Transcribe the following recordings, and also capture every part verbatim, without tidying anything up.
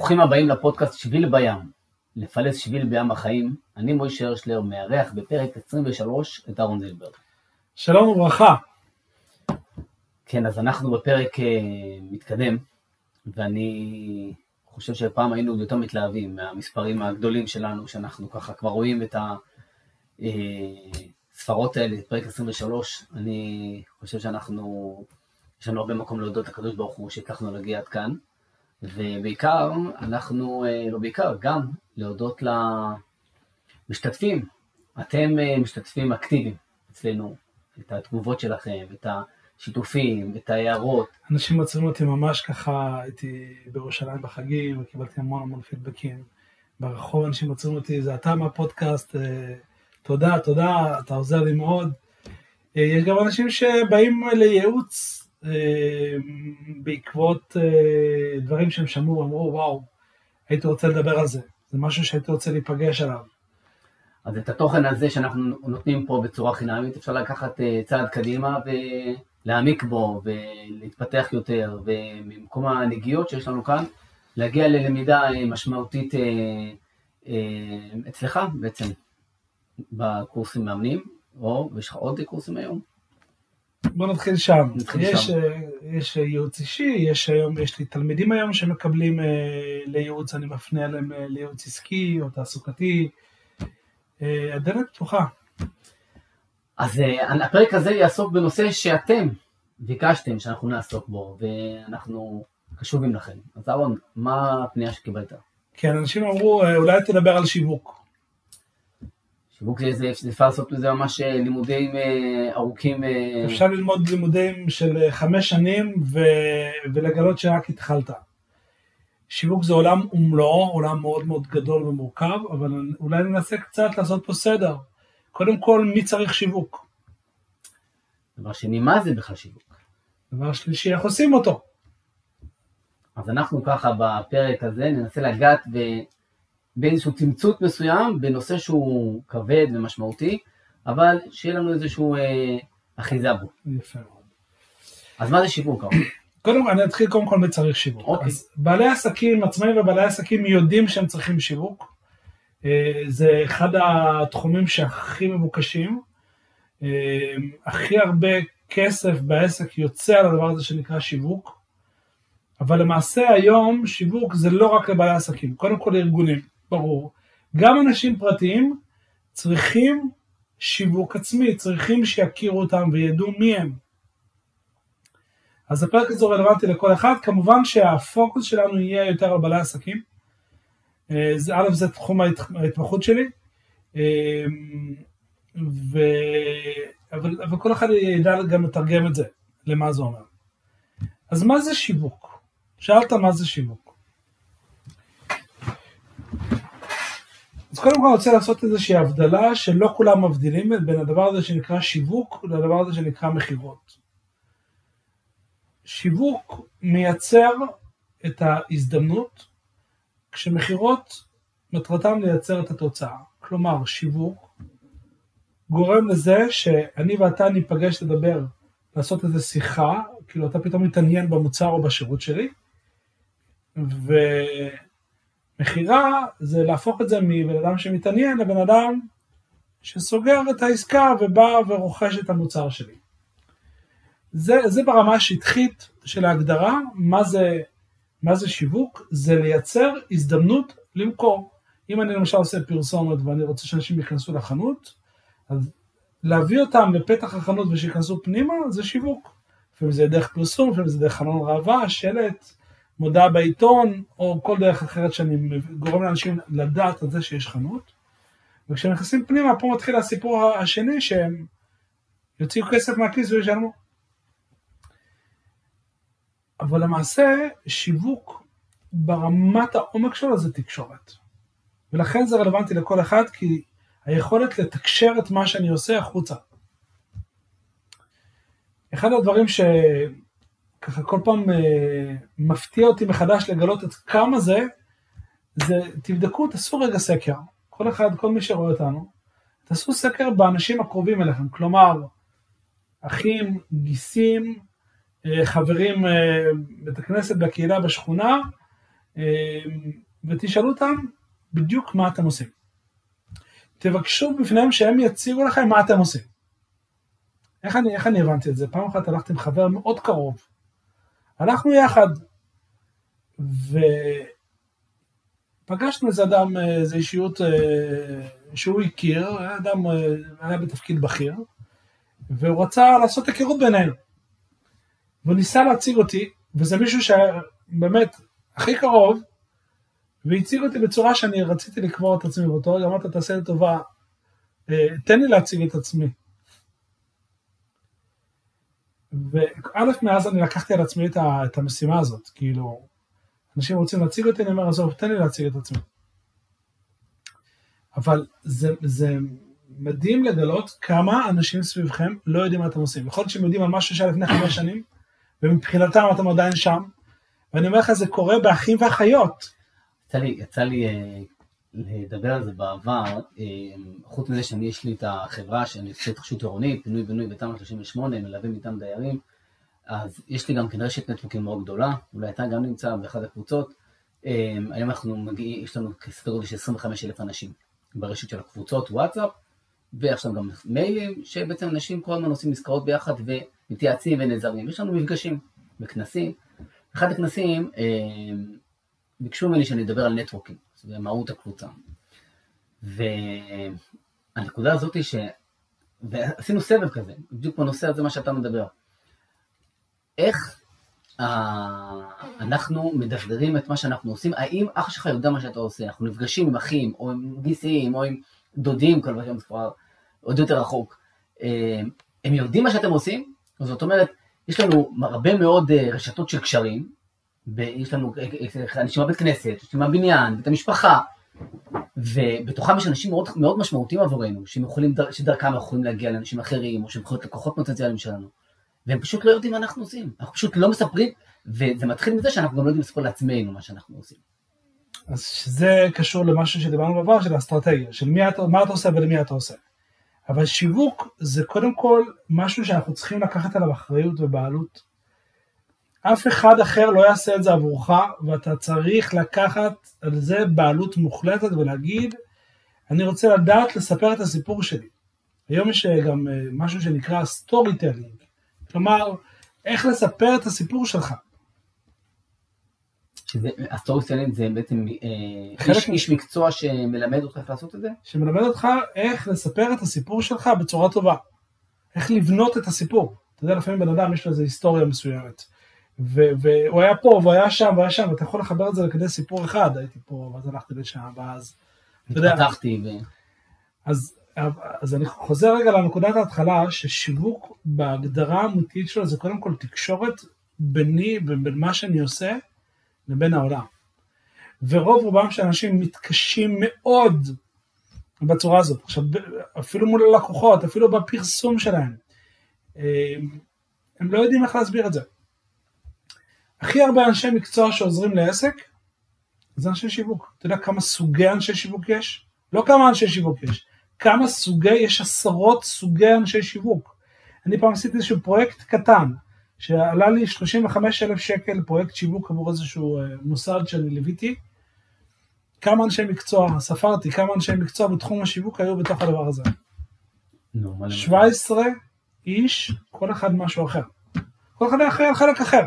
ברוכים הבאים לפודקאסט שביל בים, לפלס שביל בים החיים. אני מוישה הרשלר, מארח בפרק עשרים ושלוש את אהרון זילברג. שלום וברכה. כן, אז אנחנו בפרק uh, מתקדם, ואני חושב שפעם היינו יותר מתלהבים מהמספרים הגדולים שלנו, שאנחנו ככה כבר רואים את הספרות האלה, פרק עשרים ושלוש. אני חושב שאנחנו, יש לנו הרבה מקום להודות לקדוש ברוך הוא שהצלחנו להגיע עד כאן. ובעיקר, אנחנו, לא בעיקר, גם להודות למשתתפים. אתם משתתפים אקטיביים אצלנו, את התגובות שלכם, את השיתופים, את ההערות. אנשים מצרים אותי ממש ככה, הייתי בירושלים בחגים, וקיבלתי המון המון פידבקים. ברחוב אנשים מצרים אותי, זה אתה מהפודקאסט, תודה, תודה, אתה עוזר לי מאוד. יש גם אנשים שבאים לייעוץ, בעקבות דברים שהם שמעו, אמרו וואו, הייתי רוצה לדבר על זה, זה משהו שהייתי רוצה להיפגש עליו. אז את התוכן הזה שאנחנו נותנים פה בצורה חינמית, אפשר לקחת צעד קדימה ולהעמיק בו ולהתפתח יותר, וממקום הנגיעות שיש לנו כאן, להגיע ללמידה משמעותית אצלך בעצם, בקורסים מאמנים, או יש לך עוד קורסים היום? בוא נתחיל שם. נתחיל יש, שם. יש ייעוץ אישי, יש היום, יש לי תלמידים היום שמקבלים אה, לייעוץ, אני מפנה עליהם אה, לייעוץ עסקי או תעסוקתי. אה, הדלת פתוחה. אז אה, הפרק הזה יעסוק בנושא שאתם ביקשתם שאנחנו נעסוק בו, ואנחנו קשובים לכם. אז אהרון, מה הפנייה שקיבלת? כן, אנשים אמרו, אה, אולי תדבר על שיווק. שיווק זה, זה אפשר לעשות לזה ממש לימודים ארוכים. אפשר ללמוד לימודים של חמש שנים ו... ולגלות שרק התחלת. שיווק זה עולם ומלואו, עולם מאוד מאוד גדול ומורכב, אבל אולי ננסה קצת לעשות פה סדר. קודם כל, מי צריך שיווק? דבר שני, מה זה בכלל שיווק? דבר שלישי, איך עושים אותו? אז אנחנו ככה בפרק הזה ננסה לגעת ב... באיזשהו תמצות מסוים, בנושא שהוא כבד ומשמעותי, אבל שיהיה לנו איזשהו אה, אחיזה בו. יפה מאוד. אז מה זה שיווק? קודם כל, אני אתחיל קודם כל מצריך שיווק. אוקיי. אז בעלי עסקים, עצמאים ובעלי עסקים יודעים שהם צריכים שיווק. אה, זה אחד התחומים שהכי מבוקשים. אה, הכי הרבה כסף בעסק יוצא על הדבר הזה שנקרא שיווק. אבל למעשה היום שיווק זה לא רק לבעלי עסקים, קודם כל לארגונים. ברור, גם אנשים פרטיים צריכים שיווק עצמי, צריכים שיכירו אותם וידעו מי הם. אז הפרק הזה רלוונטי לכל אחד, כמובן שהפוקוס שלנו יהיה יותר על בעלי עסקים, זה, א', זה תחום ההתמחות שלי, ו... אבל, אבל כל אחד ידע גם לתרגם את זה, למה זה אומר. אז מה זה שיווק? שאלת מה זה שיווק. אז קודם כל אני רוצה לעשות איזושהי הבדלה שלא כולם מבדילים בין הדבר הזה שנקרא שיווק לדבר הזה שנקרא מחירות. שיווק מייצר את ההזדמנות, כשמחירות מטרתם לייצר את התוצאה. כלומר, שיווק גורם לזה שאני ואתה ניפגש לדבר, לעשות איזו שיחה, כאילו אתה פתאום מתעניין במוצר או בשירות שלי, ו... מחירה זה להפוך את זה מבן אדם שמתעניין לבן אדם שסוגר את העסקה ובא ורוכש את המוצר שלי. זה, זה ברמה שטחית של ההגדרה, מה זה, מה זה שיווק? זה לייצר הזדמנות למכור. אם אני למשל עושה פרסומת ואני רוצה שאנשים יכנסו לחנות, אז להביא אותם לפתח החנות ושיכנסו פנימה, זה שיווק. לפעמים זה דרך פרסום, לפעמים זה דרך חלון ראווה, שלט, מודעה בעיתון, או כל דרך אחרת שאני גורם לאנשים לדעת על זה שיש חנות. וכשהם נכנסים פנימה, פה מתחיל הסיפור השני, שהם יוציאו כסף מהכיס וישלמו. אבל למעשה, שיווק ברמת העומק שלו זה תקשורת. ולכן זה רלוונטי לכל אחד, כי היכולת לתקשר את מה שאני עושה החוצה. אחד הדברים ש... ככה כל פעם אה, מפתיע אותי מחדש לגלות את כמה זה, זה תבדקו, תעשו רגע סקר, כל אחד, כל מי שרואה אותנו, תעשו סקר באנשים הקרובים אליכם, כלומר, אחים, גיסים, אה, חברים אה, בית הכנסת, בקהילה, בשכונה, ותשאלו אותם בדיוק מה אתם עושים. תבקשו בפניהם שהם יציגו לכם מה אתם עושים. איך אני, איך אני הבנתי את זה? פעם אחת הלכתי עם חבר מאוד קרוב. הלכנו יחד, ופגשנו איזה אדם, איזו אישיות שהוא הכיר, אדם היה בתפקיד בכיר, והוא רצה לעשות הכירות בינינו. והוא ניסה להציג אותי, וזה מישהו שבאמת הכי קרוב, והציג אותי בצורה שאני רציתי לקבור את עצמי באותו, גם אתה תעשה לי טובה, תן לי להציג את עצמי. וא' מאז אני לקחתי על עצמי את המשימה הזאת, כאילו, אנשים רוצים להציג אותי, אני אומר, עזוב, תן לי להציג את עצמי. אבל זה, זה מדהים לגלות כמה אנשים סביבכם לא יודעים מה אתם עושים. יכול להיות שהם יודעים על משהו שהיה לפני חמש שנים, ומבחינתם אתם עדיין שם, ואני אומר לך, זה קורה באחים ואחיות. יצא לי, יצא לי אה, לדבר על זה בעבר, אה, חוץ מזה שאני יש לי את החברה שאני עושה התחדשות עירונית, פינוי בינוי בתמ"א שלושים ושמונה, מלווים איתם דיירים, אז יש לי גם כן רשת נטוורקינג מאוד גדולה, אולי אתה גם נמצא באחד הקבוצות, אה, היום אנחנו מגיעים, יש לנו כסדר גודל של עשרים וחמישה אלף אנשים ברשת של הקבוצות וואטסאפ, ועכשיו גם מיילים, שבעצם אנשים כל הזמן עושים עסקאות ביחד ומתייעצים ונעזרים, יש לנו מפגשים וכנסים, אחד הכנסים, אה, ביקשו ממני שאני אדבר על נטוורקינג, זה מהות הקבוצה. והנקודה הזאת היא ש... ועשינו סבב כזה, בדיוק בנושא הזה מה שאתה מדבר. איך אנחנו מדבררים את מה שאנחנו עושים? האם אח שלך יודע מה שאתה עושה? אנחנו נפגשים עם אחים, או עם גיסים, או עם דודים, כל מה כבר עוד יותר רחוק. הם יודעים מה שאתם עושים? זאת אומרת, יש לנו הרבה מאוד רשתות של קשרים, ויש לנו אנשים בבית כנסת, אנשים בבניין, בית המשפחה, ובתוכם יש אנשים מאוד, מאוד משמעותיים עבורנו, שהם יכולים, שדרכם יכולים להגיע לאנשים אחרים, או שהם יכולים להיות לקוחות פוטנציאליים שלנו, והם פשוט לא יודעים מה אנחנו עושים, אנחנו פשוט לא מספרים, וזה מתחיל מזה שאנחנו גם לא יודעים לספר לעצמנו מה שאנחנו עושים. אז זה קשור למשהו שדיברנו בעבר, של האסטרטגיה, של מי אתה, מה אתה עושה ולמי אתה עושה. אבל שיווק זה קודם כל משהו שאנחנו צריכים לקחת עליו אחריות ובעלות, אף אחד אחר לא יעשה את זה עבורך, ואתה צריך לקחת על זה בעלות מוחלטת ולהגיד, אני רוצה לדעת לספר את הסיפור שלי. היום יש גם משהו שנקרא סטורי טלינג, כלומר, איך לספר את הסיפור שלך. הסטורי טלינג זה בעצם איש, איש מקצוע שמלמד אותך איך לעשות את זה? שמלמד אותך איך לספר את הסיפור שלך בצורה טובה. איך לבנות את הסיפור. אתה יודע, לפעמים בן אדם יש לו איזו היסטוריה מסוימת. והוא היה פה, והוא היה שם, והוא היה שם, ואתה יכול לחבר את זה לכדי סיפור אחד, הייתי פה, ואז הלכתי לשם, ואז, אתה יודע, התפתחתי, אז, אז אני חוזר רגע לנקודת ההתחלה, ששיווק בהגדרה האמיתית שלו, זה קודם כל תקשורת ביני, בין מה שאני עושה, לבין העולם. ורוב רובם של אנשים מתקשים מאוד בצורה הזאת, עכשיו, אפילו מול הלקוחות, אפילו בפרסום שלהם, הם לא יודעים איך להסביר את זה. הכי הרבה אנשי מקצוע שעוזרים לעסק, זה אנשי שיווק. אתה יודע כמה סוגי אנשי שיווק יש? לא כמה אנשי שיווק יש, כמה סוגי, יש עשרות סוגי אנשי שיווק. אני פעם עשיתי איזשהו פרויקט קטן, שעלה לי שלושים וחמישה אלף שקל, פרויקט שיווק עבור איזשהו מוסד שאני ליוויתי, כמה אנשי מקצוע, ספרתי, כמה אנשי מקצוע בתחום השיווק היו בתוך הדבר הזה. שבע עשרה איש, כל אחד משהו אחר. כל אחד אחר על חלק אחר.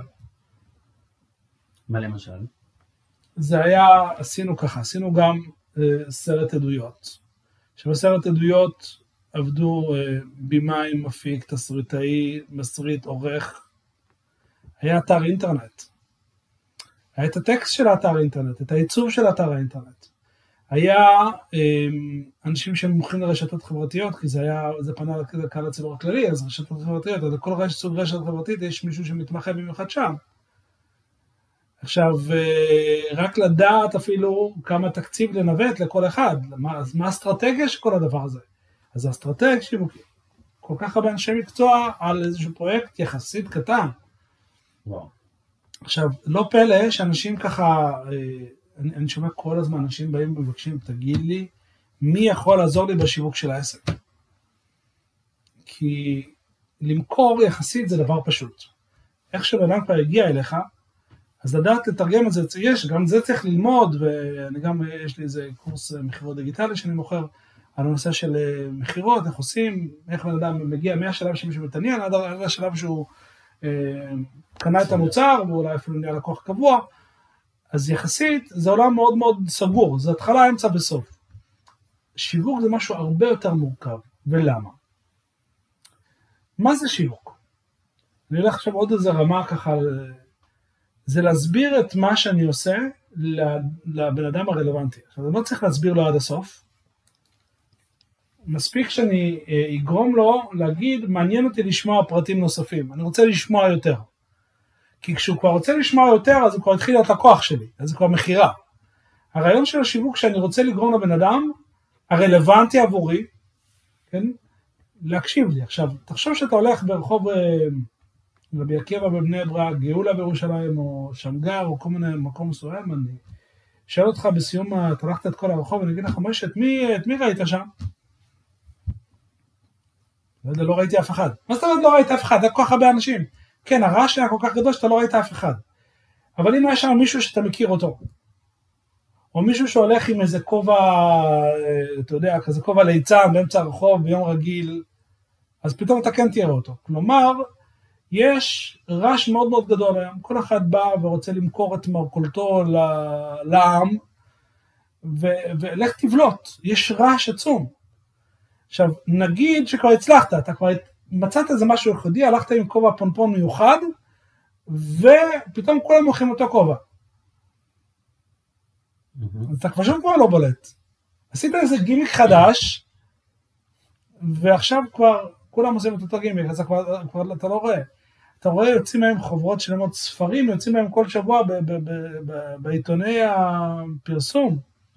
מה למשל? זה היה, עשינו ככה, עשינו גם אה, סרט עדויות. שבסרט עדויות עבדו אה, בימאי, מפיק, תסריטאי, מסריט, עורך. היה אתר אינטרנט. היה את הטקסט של האתר אינטרנט, את העיצוב של אתר האינטרנט. היה אה, אנשים שמומחים לרשתות חברתיות, כי זה היה, זה פנה לקהל הציבור הכללי, אז רשתות חברתיות, אז לכל סוג רשת חברתית יש מישהו שמתמחה במיוחד שם. עכשיו, רק לדעת אפילו כמה תקציב לנווט לכל אחד, מה, מה האסטרטגיה של כל הדבר הזה? אז האסטרטגיה שיווקי, כל כך הרבה אנשי מקצוע על איזשהו פרויקט יחסית קטן. וואו. עכשיו, לא פלא שאנשים ככה, אני, אני שומע כל הזמן, אנשים באים ומבקשים, תגיד לי, מי יכול לעזור לי בשיווק של העסק? כי למכור יחסית זה דבר פשוט. איך שבן כבר הגיע אליך, אז לדעת לתרגם את זה, יש, גם זה צריך ללמוד, ואני גם, יש לי איזה קורס מחירות דיגיטלי שאני מוכר, על הנושא של מחירות, איך עושים, איך בן אדם מגיע מהשלב שמישהו מתעניין, עד השלב שהוא אה, קנה את המוצר, ואולי אפילו נהיה לקוח קבוע, אז יחסית זה עולם מאוד מאוד סגור, זה התחלה, אמצע וסוף. שיווק זה משהו הרבה יותר מורכב, ולמה? מה זה שיווק? אני הולך עכשיו עוד איזה רמה ככה, זה להסביר את מה שאני עושה לבן אדם הרלוונטי. עכשיו, אני לא צריך להסביר לו עד הסוף, מספיק שאני אגרום לו להגיד, מעניין אותי לשמוע פרטים נוספים, אני רוצה לשמוע יותר. כי כשהוא כבר רוצה לשמוע יותר, אז הוא כבר התחיל להיות לקוח שלי, אז זה כבר מחירה. הרעיון של השיווק שאני רוצה לגרום לבן אדם, הרלוונטי עבורי, כן? להקשיב לי. עכשיו, תחשוב שאתה הולך ברחוב רבי עקיבא בבני ברק, גאולה בירושלים, או שמגר, או כל מיני מקום מסוים, אני שואל אותך בסיום, אתה הלכת את כל הרחוב, ואני אגיד לך, משה, את מי, את מי ראית שם? לא יודע, לא ראיתי אף אחד. מה זאת אומרת לא ראית אף אחד? זה כל כך הרבה אנשים. כן, הרעש היה כל כך גדול שאתה לא ראית אף אחד. אבל אם היה שם מישהו שאתה מכיר אותו, או מישהו שהולך עם איזה כובע, אתה יודע, כזה כובע ליצן באמצע הרחוב ביום רגיל, אז פתאום אתה כן תראה אותו. כלומר, יש רעש מאוד מאוד גדול היום. כל אחד בא ורוצה למכור את מרכולתו לעם, ולך תבלוט. יש רעש עצום. עכשיו, נגיד שכבר הצלחת, אתה כבר מצאת איזה משהו ייחודי, הלכת עם כובע פונפון מיוחד, ופתאום כולם הולכים אותו כובע. אז אתה כבר שם כבר לא בולט. עשית איזה גימיק חדש, ועכשיו כבר כולם עושים את אותו גימיק, אז כבר, כבר אתה לא רואה. אתה רואה, יוצאים מהם חוברות שלמות ספרים, יוצאים מהם כל שבוע בעיתוני הפרסום.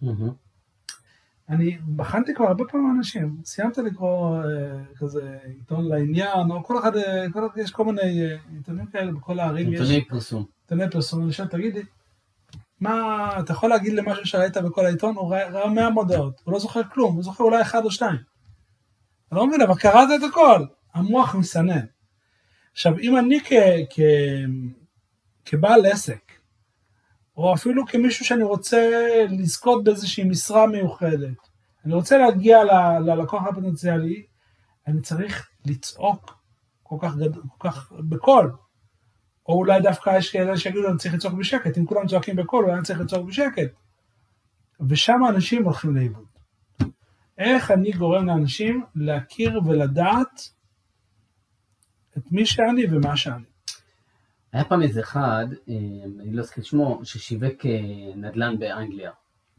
אני בחנתי כבר הרבה פעמים אנשים, סיימת לקרוא כזה עיתון לעניין, או כל אחד, כל אחד יש כל מיני עיתונים כאלה בכל הערים. עיתוני פרסום. עיתוני פרסום, אני חושב, תגידי, מה, אתה יכול להגיד למשהו שראית בכל העיתון, הוא ראה מאה מודעות, הוא לא זוכר כלום, הוא זוכר אולי אחד או שתיים. אני לא מבין, אבל קראת את הכל, המוח מסנן. עכשיו, אם אני כ, כ, כבעל עסק, או אפילו כמישהו שאני רוצה לזכות באיזושהי משרה מיוחדת, אני רוצה להגיע ל, ללקוח הפוטנציאלי, אני צריך לצעוק כל כך, גד, כל כך בקול, או אולי דווקא יש כאלה שיגידו, אני צריך לצעוק בשקט, אם כולם צועקים בקול, אולי אני צריך לצעוק בשקט. ושם האנשים הולכים לאיבוד. איך אני גורם לאנשים להכיר ולדעת את מי שאני ומה שאני. היה פעם איזה אחד, אני לא אזכיר שמו, ששיווק נדל"ן באנגליה.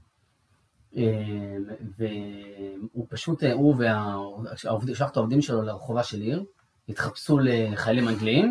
והוא פשוט, הוא ושלח את העובדים שלו לרחובה של עיר, התחפשו לחיילים אנגליים,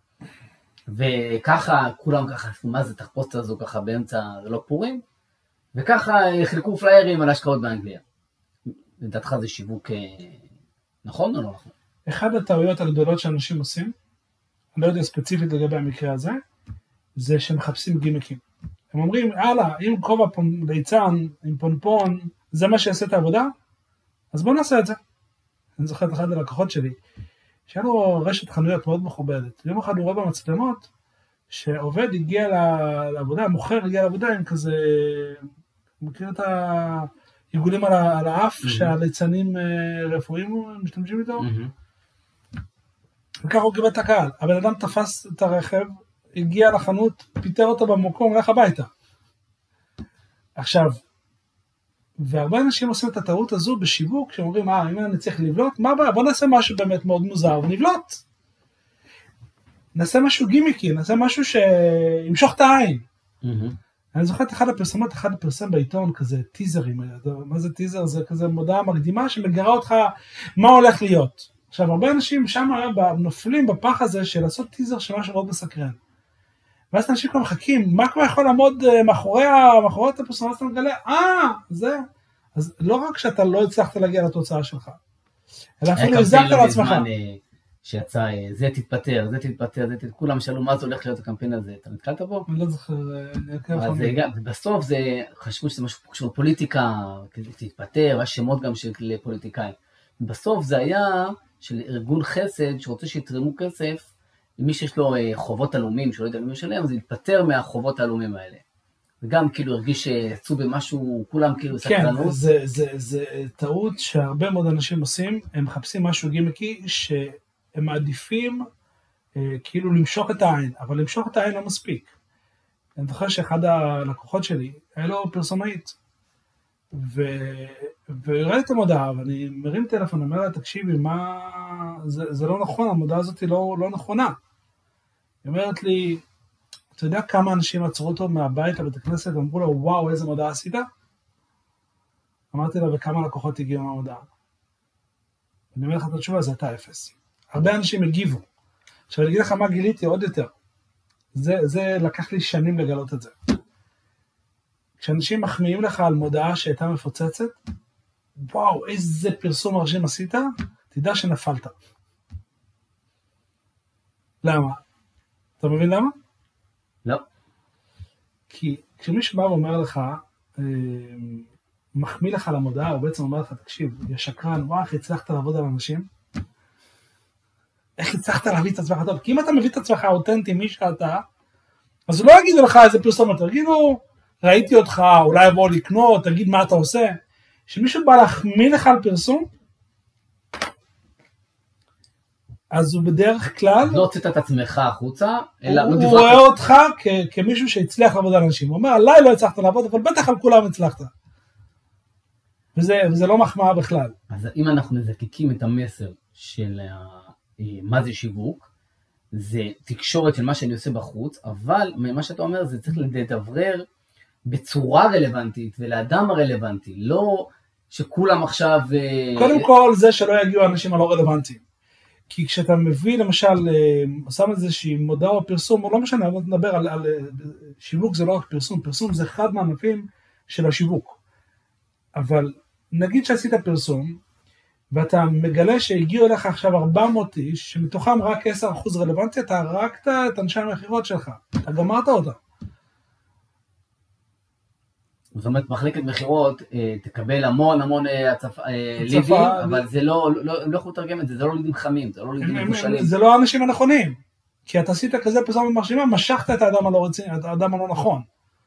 וככה, כולם ככה, מה זה תחפושת הזו ככה באמצע, זה לא פורים, וככה חילקו פליירים על השקעות באנגליה. לדעתך זה שיווק נכון או לא נכון? אחד הטעויות הגדולות שאנשים עושים, אני לא יודע ספציפית לגבי המקרה הזה, זה שמחפשים גימיקים. הם אומרים, הלאה, אם כובע ליצן, עם פונפון, זה מה שיעשה את העבודה, אז בוא נעשה את זה. אני זוכר את אחד הלקוחות שלי, שהיה לו רשת חנויות מאוד מכובדת. יום אחד הוא רואה במצלמות, שעובד הגיע לעבודה, המוכר הגיע לעבודה עם כזה, מכיר את העיגולים על האף, שהליצנים רפואיים משתמשים איתו? וככה הוא קיבל את הקהל. הבן אדם תפס את הרכב, הגיע לחנות, פיטר אותו במקום, הולך הביתה. עכשיו, והרבה אנשים עושים את הטעות הזו בשיווק, שאומרים, אה, אם אני צריך לבלוט, מה הבא? בוא נעשה משהו באמת מאוד מוזר, ונבלוט. נעשה משהו גימיקי, נעשה משהו שימשוך את העין. אני זוכר את אחד הפרסומות, אחד הפרסם בעיתון, כזה טיזרים, מה זה טיזר? זה כזה מודעה מקדימה, שמגרה אותך מה הולך להיות. עכשיו, הרבה אנשים שם נופלים בפח הזה, של לעשות טיזר של משהו מאוד מסקרן. ואז אנשים כבר מחכים, מה כבר יכול לעמוד מאחורי, מאחורי את הפרסומה, אז אתה מגלה, אה, זה. אז לא רק שאתה לא הצלחת להגיע לתוצאה שלך, אלא אפילו הזקת לעצמך. שיצא, זה תתפטר, זה תתפטר, זה תתפטר, כולם שאלו מה זה הולך להיות הקמפיין הזה, אתה נתקלת בו? אני לא זוכר, בסוף זה, חשבו שזה משהו קשור לפוליטיקה, תתפטר, יש שמות גם של פוליטיקאים. בסוף זה היה של ארגון חסד שרוצה שיתרמו כסף מי שיש לו חובות עלומים, שלא יודע למי לשלם, אז יתפטר מהחובות העלומים האלה. וגם כאילו הרגיש שיצאו במשהו, כולם כאילו סקרנות. כן, זה, זה, זה טעות שהרבה מאוד אנשים עושים, הם מחפשים משהו גימיקי, שהם מעדיפים אה, כאילו למשוך את העין, אבל למשוך את העין לא מספיק. אני זוכר שאחד הלקוחות שלי, היה לו פרסומאית, וראיתי את המודעה, ואני מרים טלפון, אומר לה, תקשיבי, מה... זה, זה לא נכון, המודעה הזאת היא לא, לא נכונה. היא אומרת לי, אתה יודע כמה אנשים עצרו אותו מהבית לבית הכנסת, ואמרו לו, וואו, איזה מודעה עשית? אמרתי לה, וכמה לקוחות הגיעו מהמודעה? אני אומר לך את התשובה, זה הייתה אפס. הרבה אנשים הגיבו. עכשיו, אני אגיד לך מה גיליתי עוד יותר. זה, זה לקח לי שנים לגלות את זה. כשאנשים מחמיאים לך על מודעה שהייתה מפוצצת, וואו, איזה פרסום מרשים עשית, תדע שנפלת. למה? אתה מבין למה? לא. כי כשמישהו בא ואומר לך, מחמיא לך על המודעה, הוא בעצם אומר לך, תקשיב, יש שקרן, וואו, איך הצלחת לעבוד על אנשים? איך הצלחת להביא את עצמך טוב? כי אם אתה מביא את עצמך אותנטי, מי שאתה, אז לא יגידו לך איזה פרסומת, תגידו, ראיתי אותך, אולי יבואו לקנות, תגיד מה אתה עושה. כשמישהו בא להחמיא לך על פרסום, אז הוא בדרך כלל... לא הוצאת את עצמך החוצה, אלא... הוא רואה אותך כמישהו שהצליח לעבוד על אנשים. הוא אומר, עליי לא הצלחת לעבוד, אבל בטח על כולם הצלחת. וזה לא מחמאה בכלל. אז אם אנחנו מזקקים את המסר של מה זה שיווק, זה תקשורת של מה שאני עושה בחוץ, אבל מה שאתה אומר זה צריך לדברר בצורה רלוונטית ולאדם הרלוונטי, לא שכולם עכשיו... קודם כל זה שלא יגיעו האנשים הלא רלוונטיים. כי כשאתה מביא למשל, שם איזושהי מודעה או פרסום, או לא משנה, אני מדבר על, על שיווק, זה לא רק פרסום, פרסום זה אחד מהענפים של השיווק. אבל נגיד שעשית פרסום, ואתה מגלה שהגיעו אליך עכשיו ארבע מאות איש, שמתוכם רק עשרה אחוז רלוונטי, אתה הרגת את אנשי המחירות שלך, אתה גמרת אותה. זאת אומרת, מחלקת מחירות תקבל המון המון לידים, אבל זה לא, הם לא יכולו לתרגם את זה, זה לא לידים חמים, זה לא לידים מבושלים. זה לא האנשים הנכונים, כי אתה עשית כזה פרסום מרשימה, משכת את האדם הלא רציני, את האדם הלא נכון.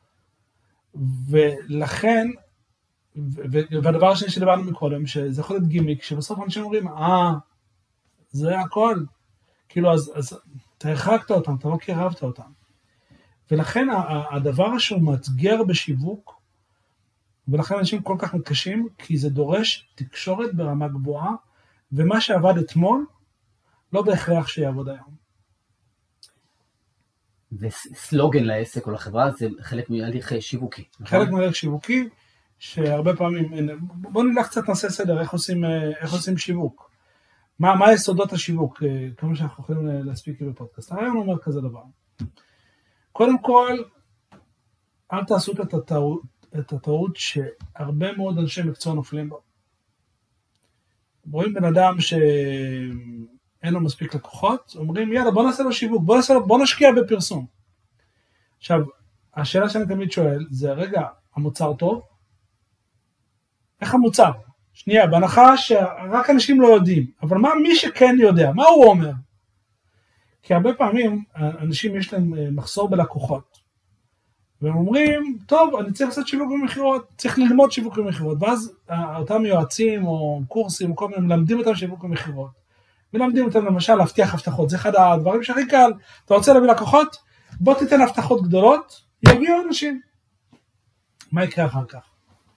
ולכן, והדבר השני שדיברנו מקודם, שזה יכול להיות גימיק, שבסוף אנשים אומרים, אה, זה הכל. כאילו, אז, אז אתה הרחקת אותם, אתה לא קרבת אותם. ולכן הדבר שהוא מאתגר בשיווק, ולכן אנשים כל כך מתקשים, כי זה דורש תקשורת ברמה גבוהה, ומה שעבד אתמול, לא בהכרח שיעבוד היום. וסלוגן לעסק או לחברה, זה חלק מהליך שיווקי. חלק מהליך שיווקי, שהרבה פעמים, בוא נלך קצת נעשה סדר, איך עושים, איך עושים שיווק. מה, מה יסודות השיווק, כמה שאנחנו יכולים להספיק בפודקאסט. הרעיון אומר כזה דבר. קודם כל, אל תעשו את הטעות, את הטעות שהרבה מאוד אנשי מקצוע נופלים בו. רואים בן אדם שאין לו מספיק לקוחות, אומרים יאללה בוא נעשה לו שיווק, בוא, נעשה לו, בוא נשקיע בפרסום. עכשיו, השאלה שאני תמיד שואל, זה רגע, המוצר טוב? איך המוצר? שנייה, בהנחה שרק אנשים לא יודעים, אבל מה מי שכן יודע, מה הוא אומר? כי הרבה פעמים אנשים יש להם מחסור בלקוחות, והם אומרים, טוב, אני צריך לעשות שיווק במחירות, צריך ללמוד שיווק במחירות, ואז אותם יועצים או קורסים, כל מיני, מלמדים אותם שיווק במחירות, מלמדים אותם למשל להבטיח הבטחות, זה אחד הדברים שהכי קל, אתה רוצה להביא לקוחות, בוא תיתן הבטחות גדולות, יגיעו אנשים. מה יקרה אחר כך?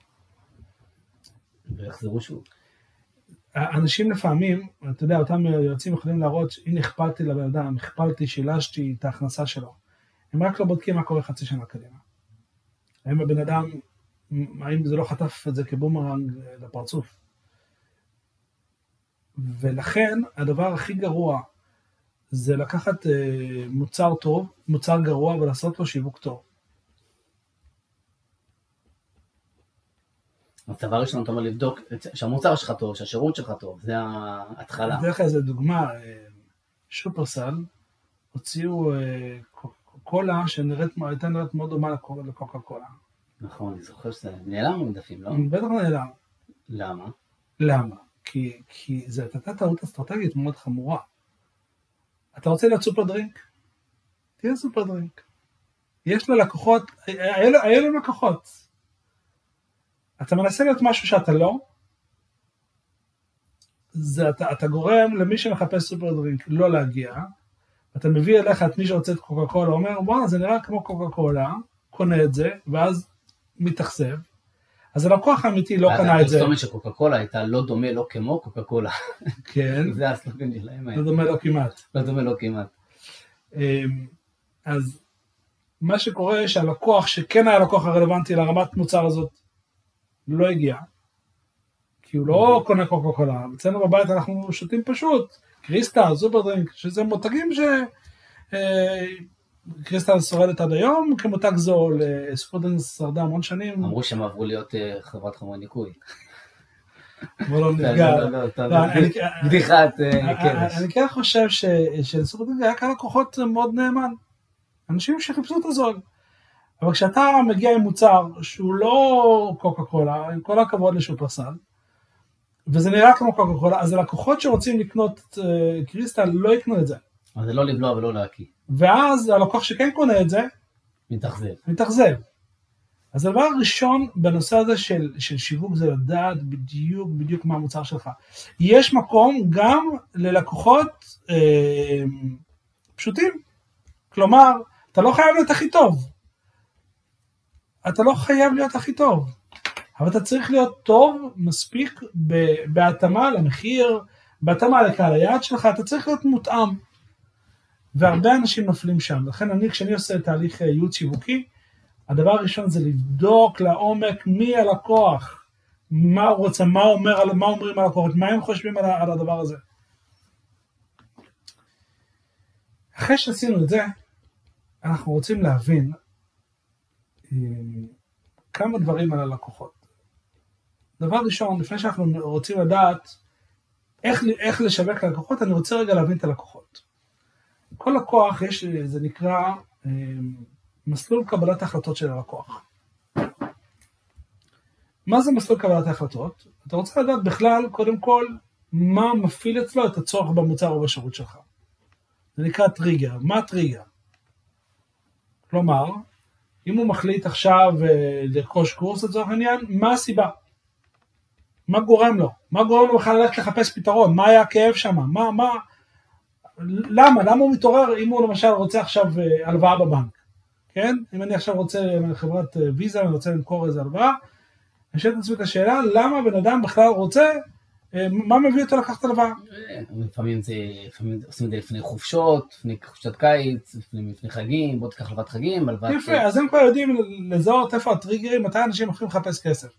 ויחזרו שוב. אנשים לפעמים, אתה יודע, אותם יועצים יכולים להראות, הנה הכפלתי לבן אדם, הכפלתי, שילשתי את ההכנסה שלו. הם רק לא בודקים מה קורה חצי שנה קדימה. האם הבן אדם, האם זה לא חטף את זה כבומרנג לפרצוף. ולכן הדבר הכי גרוע, זה לקחת מוצר טוב, מוצר גרוע, ולעשות לו שיווק טוב. הדבר ראשון, אתה אומר לבדוק שהמוצר שלך טוב, שהשירות שלך טוב, זה ההתחלה. אני אתן לך איזה דוגמה, שופרסל, הוציאו קולה שהייתה נראית מאוד דומה לקוקה קולה. נכון, אני זוכר שזה נעלם מדפים, לא? בטח נעלם. למה? למה? כי, כי זו הייתה טעות אסטרטגית מאוד חמורה. אתה רוצה להיות סופר דרינק? תהיה סופר דרינק. יש לו לקוחות, היה לו לקוחות. אתה מנסה להיות משהו שאתה לא, זה, אתה, אתה גורם למי שמחפש סופר דרינק לא להגיע, אתה מביא אליך את מי שרוצה את קוקה קולה, אומר, בוא, זה נראה כמו קוקה קולה, קונה את זה, ואז מתאכזב. אז הלקוח האמיתי לא קנה את זה. הפרסומת של קוקה קולה הייתה לא דומה לא כמו קוקה קולה. כן. זה הסלוגן שלהם. לא דומה לא כמעט. לא דומה לא כמעט. אז מה שקורה שהלקוח שכן היה לקוח הרלוונטי לרמת מוצר הזאת, לא הגיע. כי הוא לא קונה קוקה קולה. אצלנו בבית אנחנו שותים פשוט. קריסטל, סופר דרינק, שזה מותגים ש... קריסטל שורדת עד היום, כמותג זול, סופר דרינק שרדה המון שנים. אמרו שהם עברו להיות חברת חומרי ניקוי. בוא לא נפגע. בדיחת קדש. אני כן חושב שלסופר דרינק היה כאן לקוחות מאוד נאמן. אנשים שחיפשו את הזול. אבל כשאתה מגיע עם מוצר שהוא לא קוקה קולה, עם כל הכבוד לשופרסל, וזה נראה כמו קוקה קולה, אז הלקוחות שרוצים לקנות קריסטל לא יקנו את זה. אז זה לא לבלוע ולא להקיא. ואז הלקוח שכן קונה את זה, מתאכזב. מתאכזב. אז הדבר הראשון בנושא הזה של, של שיווק זה לדעת בדיוק, בדיוק מה המוצר שלך. יש מקום גם ללקוחות אה, פשוטים. כלומר, אתה לא חייב להיות הכי טוב. אתה לא חייב להיות הכי טוב. אבל אתה צריך להיות טוב מספיק בהתאמה למחיר, בהתאמה לקהל היעד שלך, אתה צריך להיות מותאם. והרבה אנשים נופלים שם. לכן אני, כשאני עושה תהליך ייעוץ שיווקי, הדבר הראשון זה לבדוק לעומק מי הלקוח, מה הוא רוצה, מה אומר, מה אומרים על הלקוחות, מה הם חושבים על, על הדבר הזה. אחרי שעשינו את זה, אנחנו רוצים להבין כמה דברים על הלקוחות. דבר ראשון, לפני שאנחנו רוצים לדעת איך, איך לשווק ללקוחות, אני רוצה רגע להבין את הלקוחות. כל לקוח יש, זה נקרא מסלול קבלת ההחלטות של הלקוח. מה זה מסלול קבלת ההחלטות? אתה רוצה לדעת בכלל, קודם כל, מה מפעיל אצלו את הצורך במוצר או בשירות שלך. זה נקרא טריגר. מה הטריגר? כלומר, אם הוא מחליט עכשיו לרכוש קורס לצורך העניין, מה הסיבה? מה גורם לו? מה גורם לו בכלל ללכת לחפש פתרון? מה היה הכאב שם? מה, מה... למה? למה הוא מתעורר אם הוא למשל רוצה עכשיו הלוואה בבנק? כן? אם אני עכשיו רוצה חברת ויזה, אני רוצה למכור איזה הלוואה, אני שואל את עצמי את השאלה, למה בן אדם בכלל רוצה, מה מביא אותו לקחת הלוואה? לפעמים זה, לפעמים עושים את זה לפני חופשות, לפני חופשת קיץ, לפני, לפני חגים, בוא תיקח הלוואת חגים, הלוואת... יפה, אז הם כבר יודעים לזהות איפה הטריגרים, מתי אנשים הולכים לחפש כסף.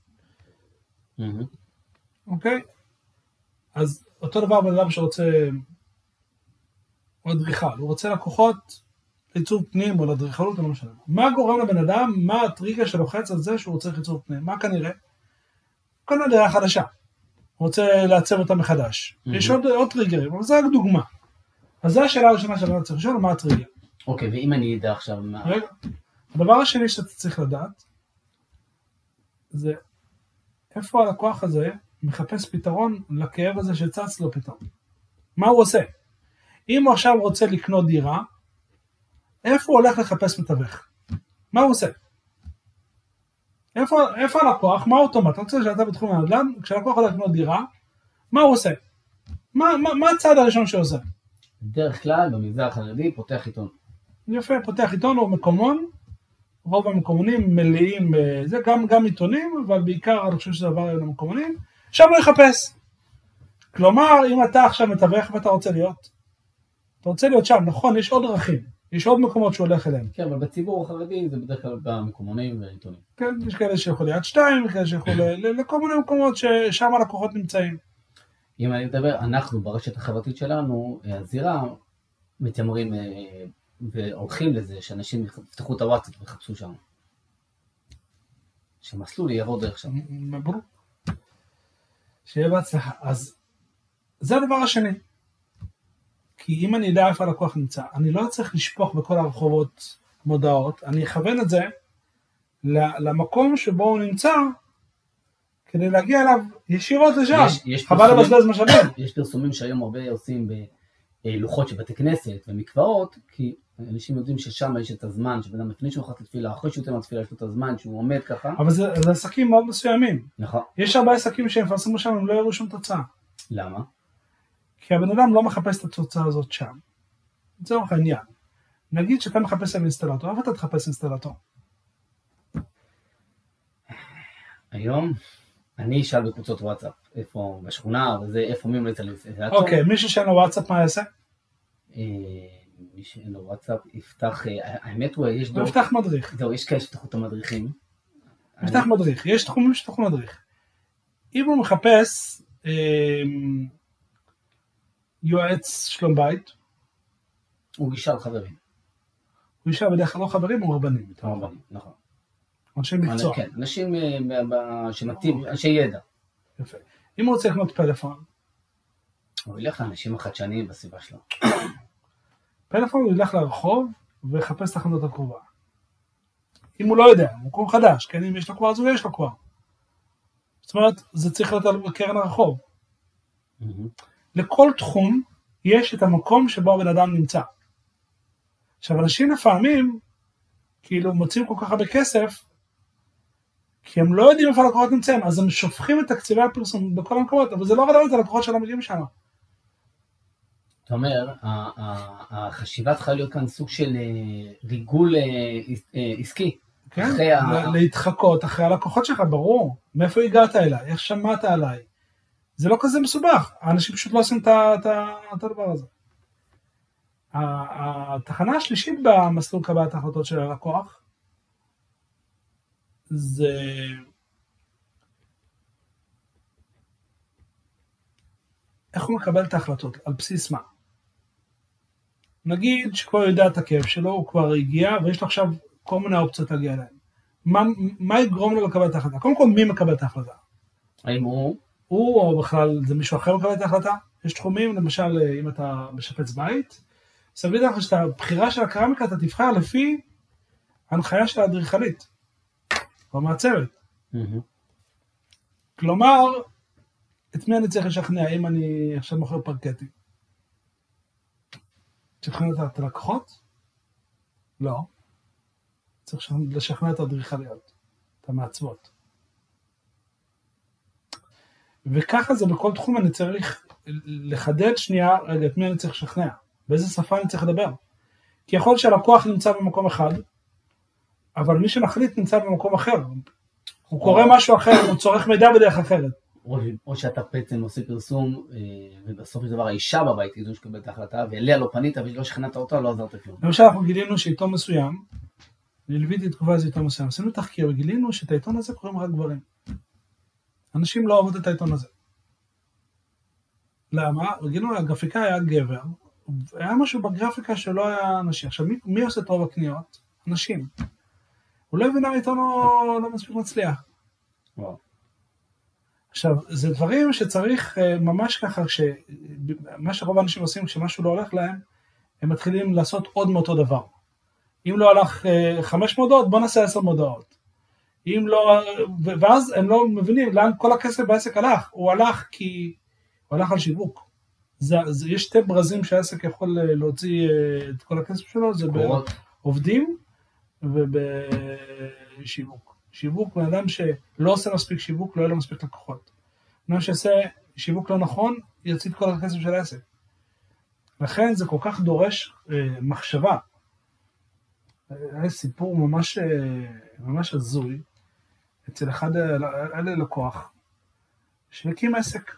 אוקיי? אז אותו דבר בן אדם שרוצה או אדריכל, הוא רוצה לקוחות חיצוב פנים או לאדריכלות או לא משנה. מה גורם לבן אדם, מה הטריגר שלוחץ על זה שהוא רוצה חיצוב פנים? מה כנראה? קונה דירה חדשה. הוא רוצה לעצב אותה מחדש. Mm-hmm. יש עוד, עוד טריגרים, אבל זה רק דוגמה. אז זו השאלה הראשונה שאני צריך לשאול, מה הטריגר? אוקיי, okay, ואם אני אדע עכשיו מה... רגע, הדבר השני שאתה צריך לדעת, זה איפה הלקוח הזה מחפש פתרון לכאב הזה שצץ לו פתרון. מה הוא עושה? אם הוא עכשיו רוצה לקנות דירה, איפה הוא הולך לחפש מתווך? מה הוא עושה? איפה, איפה הלקוח? מה האוטומט? אתה רוצה שאתה בתחום הנדל"ן, כשהלקוח הולך לקנות דירה, מה הוא עושה? מה, מה, מה הצעד הראשון שהוא עושה? בדרך כלל במגזר החרדי פותח עיתון. יפה, פותח עיתון או מקומון, רוב המקומונים מלאים בזה, גם, גם עיתונים, אבל בעיקר אני חושב שזה עבר למקומונים, שם לא יחפש. כלומר, אם אתה עכשיו מתווך ואתה רוצה להיות, אתה רוצה להיות שם, נכון, יש עוד דרכים, יש עוד מקומות שהוא הולך אליהם. כן, אבל בציבור החרדי זה בדרך כלל במקומונים ועיתונים. כן, יש כאלה שיכול ליד שתיים, כאלה שיכול לכל מיני מקומות ששם הלקוחות נמצאים. אם אני מדבר, אנחנו ברשת החברתית שלנו, הזירה, מתיימרים והולכים לזה, שאנשים יפתחו את הוואטסאפ ויחפשו שם. שמסלול יעבור דרך שם. ברור. שיהיה בהצלחה. אז זה הדבר השני. כי אם אני יודע איפה הלקוח נמצא, אני לא צריך לשפוך בכל הרחובות מודעות, אני אכוון את זה למקום שבו הוא נמצא, כדי להגיע אליו ישירות לשם. חבל לבזבז משאבים. יש פרסומים שהיום הרבה עושים לוחות של בתי כנסת ומקוואות, כי אנשים יודעים ששם יש את הזמן, שבן אדם לפני שהוא נכנס לתפילה, אחרי שהוא יוצא מהתפילה יש לו את הזמן שהוא עומד ככה. אבל זה, זה עסקים מאוד מסוימים. נכון. יש הרבה עסקים שהם פרסמו שם, הם לא יראו שום תוצאה. למה? כי הבן אדם לא מחפש את התוצאה הזאת שם. זה לא העניין. נגיד שאתה מחפש על אינסטלטור, איפה אתה תחפש אינסטלטור? היום אני אשאל בקבוצות וואטסאפ, איפה בשכונה, וזה איפה מי מלץ על אינסטלטור. אוקיי, מישהו שאין לו וואטסאפ מה יעשה? מי שאין לו וואטסאפ יפתח, האמת הוא, יש דור... יפתח מדריך. זהו, יש כאלה שפתחו את המדריכים. יפתח מדריך, יש תחומים שפתחו מדריך. אם הוא מחפש יועץ שלום בית, הוא ישאל חברים. הוא ישאל בדרך כלל לא חברים, הוא רבנים. רבנים, נכון. אנשי מקצוע. כן, אנשים שמתאים, אנשי ידע. יפה. אם הוא רוצה לקנות פלאפון, הוא ילך לאנשים החדשניים בסביבה שלו. פלאפון הוא ילך לרחוב ויחפש את החנות הקרובה. אם הוא לא יודע, הוא מקום חדש, כן, אם יש לו כבר, אז הוא יש לו כבר. זאת אומרת, זה צריך להיות על קרן הרחוב. לכל תחום יש את המקום שבו הבן אדם נמצא. עכשיו, אנשים לפעמים, כאילו, מוצאים כל כך הרבה כסף, כי הם לא יודעים איפה הלקוחות נמצאים, אז הם שופכים את תקציבי הפרסום בכל המקומות, אבל זה לא רלוונטי ללקוחות שלא מגיעים שם. זאת אומרת, החשיבה צריכה להיות כאן סוג של ריגול עסקי. כן, להתחקות אחרי הלקוחות שלך, ברור. מאיפה הגעת אליי? איך שמעת עליי? זה לא כזה מסובך. האנשים פשוט לא עושים את הדבר הזה. התחנה השלישית במסלול קבלת ההחלטות של הלקוח, זה איך הוא מקבל את ההחלטות, על בסיס מה. נגיד שכבר יודע את הכאב שלו, הוא כבר הגיע, ויש לו עכשיו כל מיני אופציות להגיע אליהם. מה, מה יגרום לו לקבל את ההחלטה? קודם כל, מי מקבל את ההחלטה? האם הוא? הוא, או בכלל זה מישהו אחר מקבל את ההחלטה? יש תחומים, למשל, אם אתה משפץ בית, סביר לך שאת הבחירה של הקרמיקה אתה תבחר לפי הנחיה של האדריכלית, או מעצבת. Mm-hmm. כלומר, את מי אני צריך לשכנע, אם אני עכשיו מוכר פרקטי? לשכנע את הלקוחות? לא. צריך לשכנע את האדריכליות, את המעצבות. וככה זה בכל תחום אני צריך לחדד שנייה, רגע, את מי אני צריך לשכנע? באיזה שפה אני צריך לדבר? כי יכול שהלקוח נמצא במקום אחד, אבל מי שמחליט נמצא במקום אחר. הוא קורא משהו אחר, הוא צורך מידע בדרך אחרת. או, או שאתה בעצם עושה פרסום, ובסוף של דבר האישה בבית היא זו שקבל את ההחלטה, ואליה לא פנית ולא שכנעת אותה, לא עזרת כלום. למשל אנחנו גילינו שעיתון מסוים, נלוויתי תקופה איזה עיתון מסוים, עשינו תחקיר וגילינו שאת העיתון הזה קוראים רק גברים. אנשים לא אוהבות את העיתון הזה. למה? גילינו הגרפיקה היה גבר, היה משהו בגרפיקה שלא היה אנשים. עכשיו, מי, מי עושה את רוב הקניות? אנשים. הוא לא הבינה העיתון לא, לא מספיק מצליח. וואו. עכשיו, זה דברים שצריך ממש ככה, מה שרוב האנשים עושים כשמשהו לא הולך להם, הם מתחילים לעשות עוד מאותו דבר. אם לא הלך חמש מודעות, בוא נעשה עשר מודעות. אם לא, ואז הם לא מבינים לאן כל הכסף בעסק הלך. הוא הלך כי הוא הלך על שיווק. זה, זה, יש שתי ברזים שהעסק יכול להוציא את כל הכסף שלו, זה בעובדים ובשיווק. שיווק, מאדם שלא עושה מספיק שיווק, לא יהיה לו מספיק לקוחות. אדם שעושה שיווק לא נכון, יוציא את כל הכסף של העסק. לכן זה כל כך דורש אה, מחשבה. היה סיפור ממש, אה, ממש הזוי, אצל אחד אלה לקוח, שהקים עסק.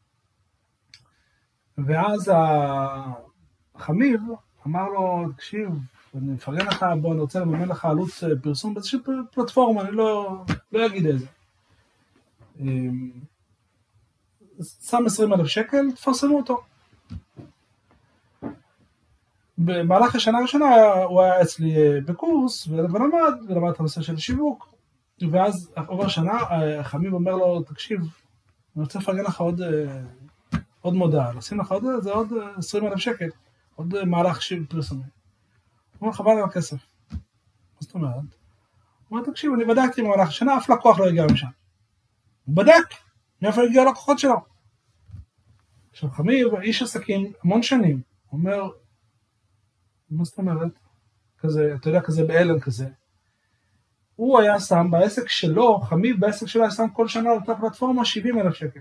ואז החמיב אמר לו, תקשיב, אני מפרגן לך, בוא, אני רוצה לממן לך עלות פרסום באיזושהי פלטפורמה, אני לא, לא אגיד איזה. שם עשרים אלף שקל, תפרסמו אותו. במהלך השנה הראשונה הוא היה אצלי בקורס, ולמד, ולמד את הנושא של שיווק, ואז עובר שנה, החמיב אומר לו, תקשיב, אני רוצה לפרגן לך עוד, עוד מודעה, לשים לך עוד, זה עוד עשרים אלף שקל, עוד מהלך של פרסומי. הוא אומר, חבל על הכסף. מה זאת אומרת? הוא אומר, תקשיב, אני בדקתי במהלך השנה, אף לקוח לא הגיע משם. הוא בדק, מאיפה הגיע הלקוחות שלו. עכשיו, חמיב, איש עסקים, המון שנים, הוא אומר, מה זאת אומרת? כזה, אתה יודע, כזה באלן כזה. הוא היה שם בעסק שלו, חמיב בעסק שלו היה שם כל שנה על אותה פלטפורמה שבעים אלף שקל.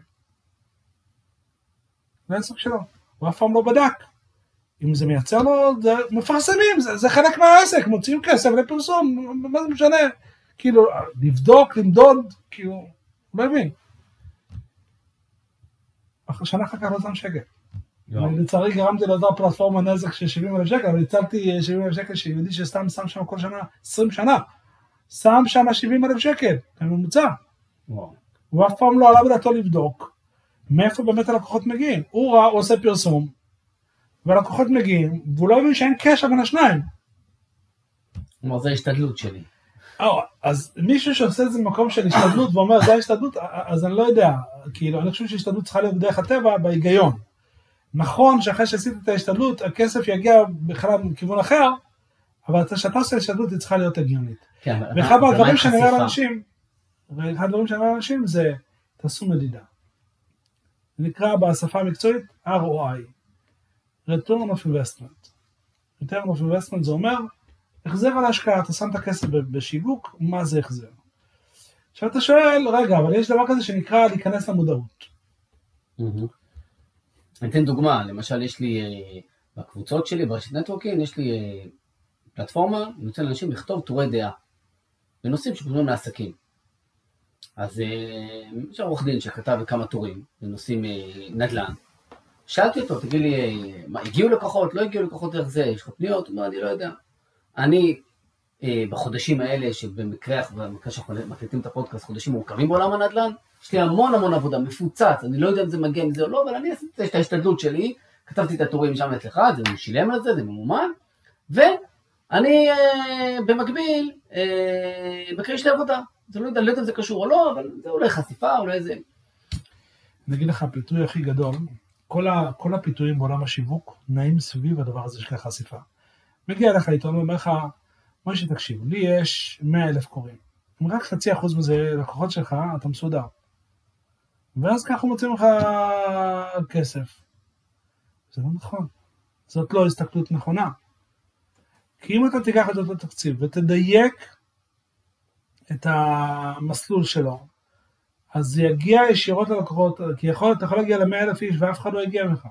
זה העסק שלו. הוא אף פעם לא בדק. אם זה מייצר לו, זה מפרסמים, זה, זה חלק מהעסק, מוציאים כסף לפרסום, מה זה משנה? כאילו, לבדוק, למדוד, כאילו, לא מבין. שנה אחר כך לא שם שקל. לצערי גרמתי לאותה פלטפורמה נזק של שבעים אלף שקל, אבל הצלתי שבעים אלף שקל שיהודי שסתם שם שם כל שנה, עשרים שנה, שם שם שבעים אלף שקל, בממוצע. הוא אף פעם לא עלה בדעתו לבדוק, מאיפה באמת הלקוחות מגיעים. הוא ראה, הוא עושה פרסום, והלקוחות מגיעים, והוא לא מבין שאין קשר בין השניים. כלומר, זה ההשתדלות שלי. אז מישהו שעושה את זה במקום של השתדלות, ואומר, זה ההשתדלות, אז אני לא יודע, כאילו, אני חושב שהשתדלות צריכה להיות בדרך הטבע, בהיגיון. נכון שאחרי שעשית את ההשתדלות, הכסף יגיע בכלל מכיוון אחר, אבל כשאתה עושה השתדלות, היא צריכה להיות הגיונית. ואחד מהדברים שאני אומר לאנשים, ואחד הדברים שאני אומר לאנשים זה, תעשו מדידה. זה נקרא בשפה המקצועית אר או איי, Return of Investment. Return of Investment זה אומר, החזר על ההשקעה, אתה שם את הכסף בשיווק, מה זה החזר? עכשיו אתה שואל, רגע, אבל יש דבר כזה שנקרא להיכנס למודעות. אני אתן דוגמה, למשל יש לי בקבוצות שלי, ברשת נטוורקינג, יש לי פלטפורמה, אני רוצה לאנשים לכתוב טורי דעה, בנושאים שקוראים לעסקים. אז יש עורך דין שכתב כמה טורים, בנושאים נדל"ן. שאלתי אותו, תגיד לי, מה, הגיעו לקוחות, לא הגיעו לקוחות דרך זה, יש לך פניות? הוא אומר, אני לא יודע. אני, בחודשים האלה, שבמקרה, במקרה שאנחנו מקליטים את הפודקאסט, חודשים מורכבים בעולם הנדל"ן, יש לי המון המון עבודה, מפוצץ, אני לא יודע אם זה מגיע מזה או לא, אבל אני עשיתי את ההשתדלות שלי, כתבתי את הטורים שם אצלך, זה משילם על זה, זה ממומן, ואני במקביל, בקרי שלי עבודה, זה לא יודע, לא יודע אם זה קשור או לא, אבל זה אולי חשיפה, אולי איזה... נגיד לך, הפיתוי הכי גדול, כל, ה, כל הפיתויים בעולם השיווק נעים סביב הדבר הזה של חשיפה. מגיע לך עיתון ואומר לך, מה שתקשיב, לי יש מאה אלף קוראים. אם רק חצי אחוז מזה לקוחות שלך, אתה מסודר. ואז ככה מוצאים לך כסף. זה לא נכון. זאת לא הסתכלות נכונה. כי אם אתה תיקח את אותו תקציב ותדייק את המסלול שלו, אז זה יגיע ישירות ללקוחות, כי יכול, אתה יכול להגיע למאה אלף איש ואף אחד לא יגיע ממך.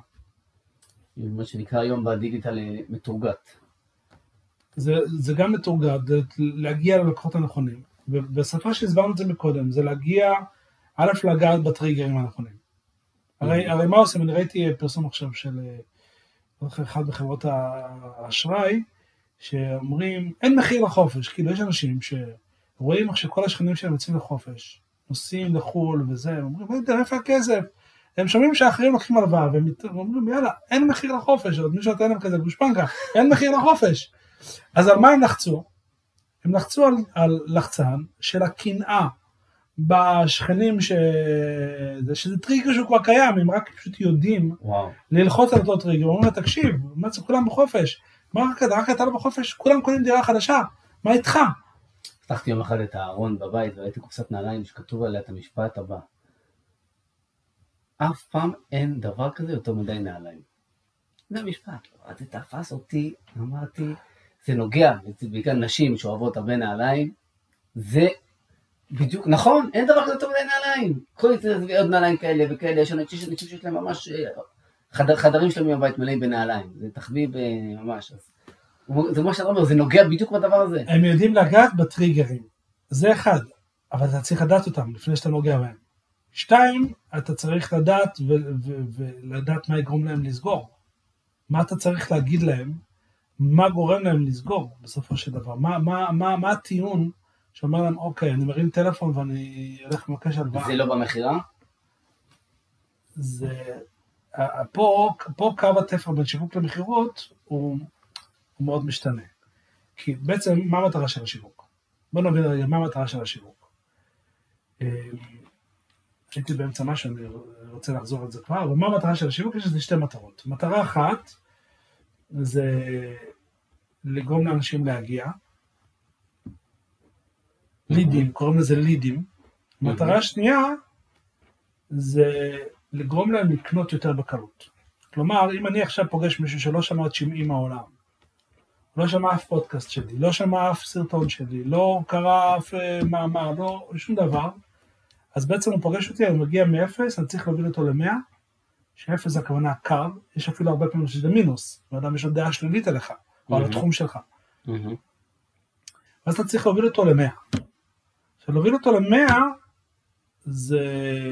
מה שנקרא היום בדיגיטל מתורגת. זה, זה גם מתורגת, זה להגיע ללקוחות הנכונים. ובשפה שהסברנו את זה מקודם, זה להגיע, א' לגעת בטריגרים הנכונים. הרי, הרי מה עושים? אני ראיתי פרסום עכשיו של אחד בחברות האשראי, שאומרים, אין מחיר לחופש, כאילו יש אנשים שרואים איך שכל השכנים שלהם יוצאים לחופש, נוסעים לחול וזה, הם אומרים, איפה הכסף? הם שומעים שאחרים לוקחים הלוואה, והם אומרים, יאללה, אין מחיר לחופש, עוד מישהו נותן להם כזה גושפנקה, אין מחיר לחופש. אז על מה הם לחצו? הם לחצו על, על לחצן של הקנאה בשכנים, ש... שזה טריגר שהוא כבר קיים, הם רק פשוט יודעים וואו. ללחוץ על אותו טריגר, אומרים לה, תקשיב, מה זה כולם בחופש? מה רק, רק אתה לא בחופש? כולם קונים דירה חדשה, מה איתך? פתחתי יום אחד את הארון בבית, וראיתי קופסת נעליים שכתוב עליה את המשפט הבא. אף פעם אין דבר כזה יותר מדי נעליים. זה משפט, זה תפס אותי, אמרתי, זה נוגע, בעיקר נשים שאוהבות הרבה נעליים, זה בדיוק, נכון, אין דבר כזה יותר מדי נעליים. כל יצא עוד נעליים כאלה וכאלה, יש אנשים שיש להם ממש, חדר, חדרים שלהם בבית מלאים בנעליים, זה תחביב ממש, אז זה מה שאתה אומר, זה נוגע בדיוק בדבר הזה. הם יודעים לגעת בטריגרים, זה אחד, אבל אתה צריך לדעת אותם לפני שאתה נוגע בהם. שתיים, אתה צריך לדעת ולדעת מה יגרום להם לסגור. מה אתה צריך להגיד להם, מה גורם להם לסגור בסופו של דבר. מה, מה, מה, מה הטיעון שאומר להם, אוקיי, אני מרים טלפון ואני הולך ומבקש הלוואה. זה לא במחירה? זה, פה, פה קו התפר בין שיווק למחירות הוא, הוא מאוד משתנה. כי בעצם, מה המטרה של השיווק? בוא נבין רגע, מה המטרה של השיווק? הייתי באמצע משהו, אני רוצה לחזור על זה כבר, אבל מה המטרה של השיווק? יש לזה שתי מטרות. מטרה אחת, זה לגרום לאנשים להגיע, לידים, קוראים לזה לידים. מטרה שנייה, זה לגרום להם לקנות יותר בקלות. כלומר, אם אני עכשיו פוגש מישהו שלא שמע את שמעי מהעולם, לא שמע אף פודקאסט שלי, לא שמע אף סרטון שלי, לא קרא אף מאמר, לא שום דבר, אז בעצם הוא פוגש אותי, אני מגיע מאפס, אני צריך להוביל אותו למאה, שאפס זה הכוונה קר, יש אפילו הרבה פעמים שזה מינוס, ואדם יש לו דעה שלילית עליך, או על התחום שלך. אז אתה צריך להוביל אותו למאה. עכשיו, להוביל אותו למאה, זה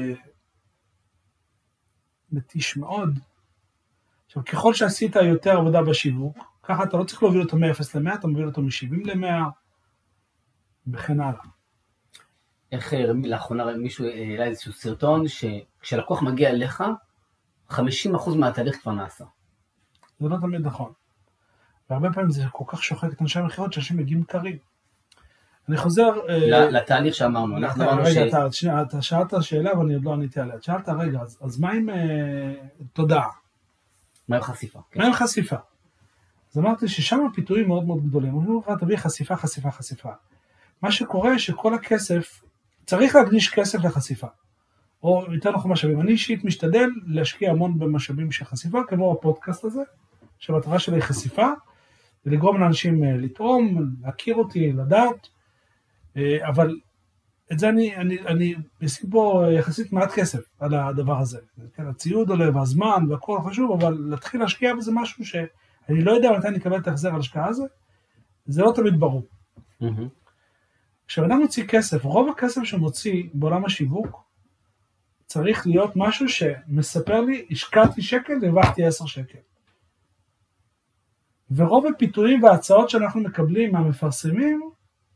מתיש מאוד. עכשיו, ככל שעשית יותר עבודה בשיווק, ככה אתה לא צריך להוביל אותו מ-אפס ל-מאה, אתה מוביל אותו מ-שבעים ל-מאה, וכן הלאה. איך לאחרונה מישהו העלה איזשהו סרטון, שכשלקוח מגיע אליך, חמישים אחוז מהתהליך כבר נעשה. זה לא תמיד נכון. והרבה פעמים זה כל כך שוחק את אנשי המכירות, שאנשים מגיעים קרים. אני חוזר... לתהליך שאמרנו, אנחנו אמרנו ש... רגע, אתה שאלת שאלה, אבל אני עוד לא עניתי עליה. שאלת, רגע, אז מה עם תודעה? מה עם חשיפה? מה עם חשיפה? אז אמרתי ששם הפיתויים מאוד מאוד גדולים. אני אומר, תביא חשיפה, חשיפה, חשיפה. מה שקורה שכל הכסף, צריך להקדיש כסף לחשיפה. או יותר נכון משאבים. אני אישית משתדל להשקיע המון במשאבים של חשיפה, כמו הפודקאסט הזה, שהמטרה שלי היא חשיפה, ולגרום לאנשים לתרום, להכיר אותי, לדעת, אבל את זה אני, אני, אני אשים פה יחסית מעט כסף על הדבר הזה. כן, הציוד עולה והזמן והכל חשוב, אבל להתחיל להשקיע בזה משהו שאני לא יודע מתי אני אקבל את ההחזר על השקעה הזה, זה לא תמיד ברור. Mm-hmm. כשאדם מוציא כסף, רוב הכסף שמוציא בעולם השיווק, צריך להיות משהו שמספר לי, השקעתי שקל, הרווחתי עשר שקל. ורוב הפיתויים וההצעות שאנחנו מקבלים מהמפרסמים,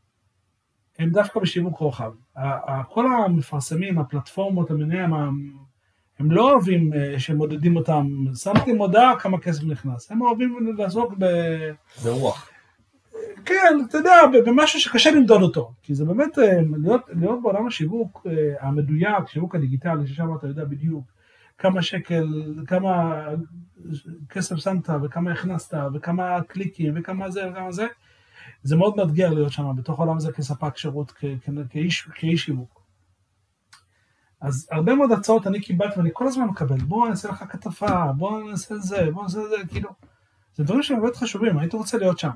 הם דווקא בשיווק רוחב. כל המפרסמים, הפלטפורמות, המניעים, הם לא אוהבים שמודדים אותם, שמתי מודעה כמה כסף נכנס, הם אוהבים לעסוק ב... ברוח. כן, אתה יודע, במשהו שקשה למדוד אותו, כי זה באמת, להיות, להיות בעולם השיווק המדויק, שיווק הדיגיטלי, ששם אתה יודע בדיוק כמה שקל, כמה כסף שמת, וכמה הכנסת, וכמה קליקים, וכמה זה, וכמה זה, זה מאוד מאתגר להיות שם, בתוך העולם הזה כספק שירות, כ- כ- כאיש, כאיש שיווק. אז הרבה מאוד הצעות אני קיבלתי, ואני כל הזמן מקבל, בוא נעשה לך כתפה, בוא נעשה זה, בוא נעשה זה, כאילו, זה דברים שהם באמת חשובים, הייתי רוצה להיות שם.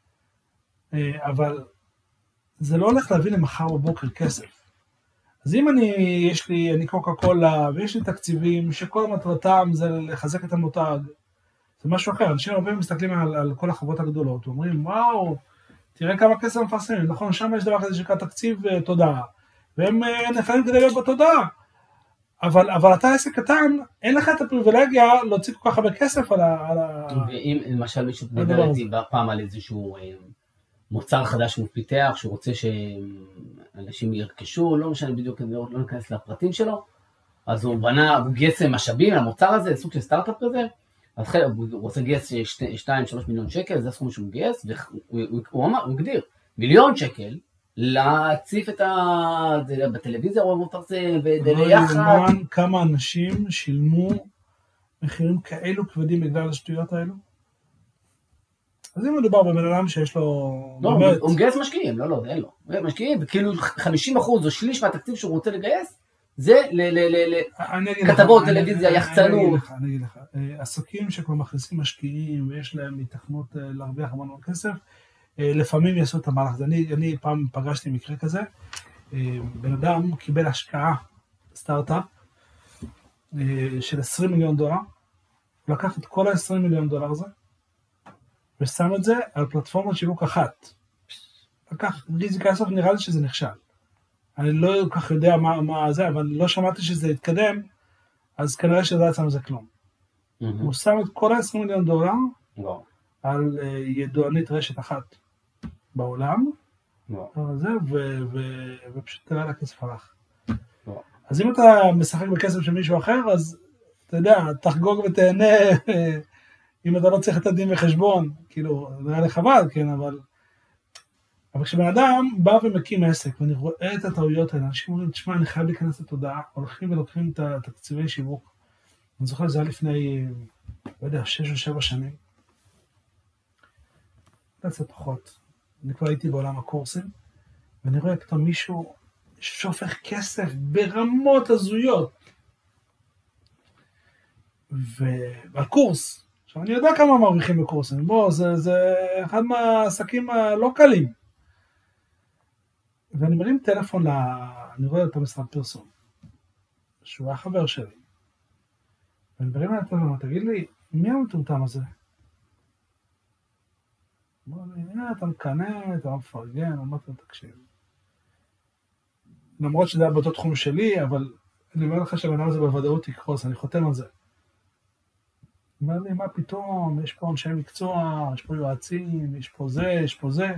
אבל זה לא הולך להביא למחר בבוקר כסף. אז אם אני, יש לי, אני קוקה קולה, ויש לי תקציבים, שכל מטרתם זה לחזק את המותג, זה משהו אחר. אנשים הרבה מסתכלים על, על כל החברות הגדולות, ואומרים, וואו, תראה כמה כסף מפרסמים, נכון, שם יש דבר כזה שקרא תקציב תודעה, והם נפעים כדי להיות בתודעה. אבל, אבל אתה עסק קטן, אין לך את הפריבילגיה להוציא כל כך הרבה כסף על ה... על ה... ואם למשל מישהו מדבר איתי פעם על איזשהו מוצר חדש שהוא פיתח, שהוא רוצה שאנשים ירכשו, לא משנה בדיוק, לא ניכנס לפרטים שלו, אז הוא בנה, הוא גייס משאבים למוצר הזה, סוג של סטארט-אפ כזה, אז הוא רוצה גייס שתיים שלוש מיליון שקל, זה הסכום שהוא גייס, והוא אמר, הוא הגדיר, מיליון שקל, להציף את ה... בטלוויזיה או מפרסם, וליחד. כמה אנשים שילמו מחירים כאלו כבדים בגלל השטויות האלו? אז אם מדובר בבן אדם שיש לו... לא, הוא מגייס משקיעים, לא, לא, אין לו. משקיעים, וכאילו חמישים אחוז או שליש מהתקציב שהוא רוצה לגייס, זה לכתבות, טלוויזיה, יחצנות. אני אגיד לך, עסקים שכבר מכניסים משקיעים, ויש להם התכנות להרוויח המון כסף, לפעמים יעשו את המהלך הזה. אני, אני פעם פגשתי מקרה כזה, בן אדם קיבל השקעה, סטארט-אפ, של עשרים מיליון דולר, הוא לקח את כל ה-עשרים מיליון דולר הזה, ושם את זה על פלטפורמת שיווק אחת. לקח, ריזיקה הסוף נראה לי שזה נכשל. אני לא כל כך יודע מה, מה זה, אבל לא שמעתי שזה יתקדם, אז כנראה שזה יצא מזה כלום. Mm-hmm. הוא שם את כל ה-עשרים מיליון דולר, wow. על uh, ידוענית רשת אחת בעולם, wow. זה, ו- ו- ופשוט תראה לה כסף הלך. Wow. אז אם אתה משחק בכסף של מישהו אחר, אז אתה יודע, תחגוג ותהנה, אם אתה לא צריך את הדין בחשבון, כאילו, נראה לי חבל, כן, אבל... אבל כשבן אדם בא ומקים עסק, ואני רואה את הטעויות האלה, אנשים אומרים, תשמע, אני חייב להיכנס לתודעה, הולכים ולוקחים את התקציבי שיווק. אני זוכר, זה היה לפני, לא יודע, שש או שבע שנים. קצת פחות. אני כבר הייתי בעולם הקורסים, ואני רואה פתאום מישהו שופך כסף ברמות הזויות. והקורס, עכשיו אני יודע כמה מרוויחים בקורסים, בוא, זה, זה אחד מהעסקים הלא קלים. ואני מרים טלפון, ל... אני רואה את המשרד פרסום, שהוא היה חבר שלי. ואני מרים לה טלפון, תגיד לי, מי המטומטם הזה? בוא, הנה, אתה מקנה, אתה מפרגן, אמרתי לו, תקשיב. למרות שזה היה באותו תחום שלי, אבל אני אומר לך שהבן הזה בוודאות יקרוס, אני חותם על זה. אומר לי, מה פתאום, יש פה אנשי מקצוע, יש פה יועצים, יש פה זה, יש פה זה.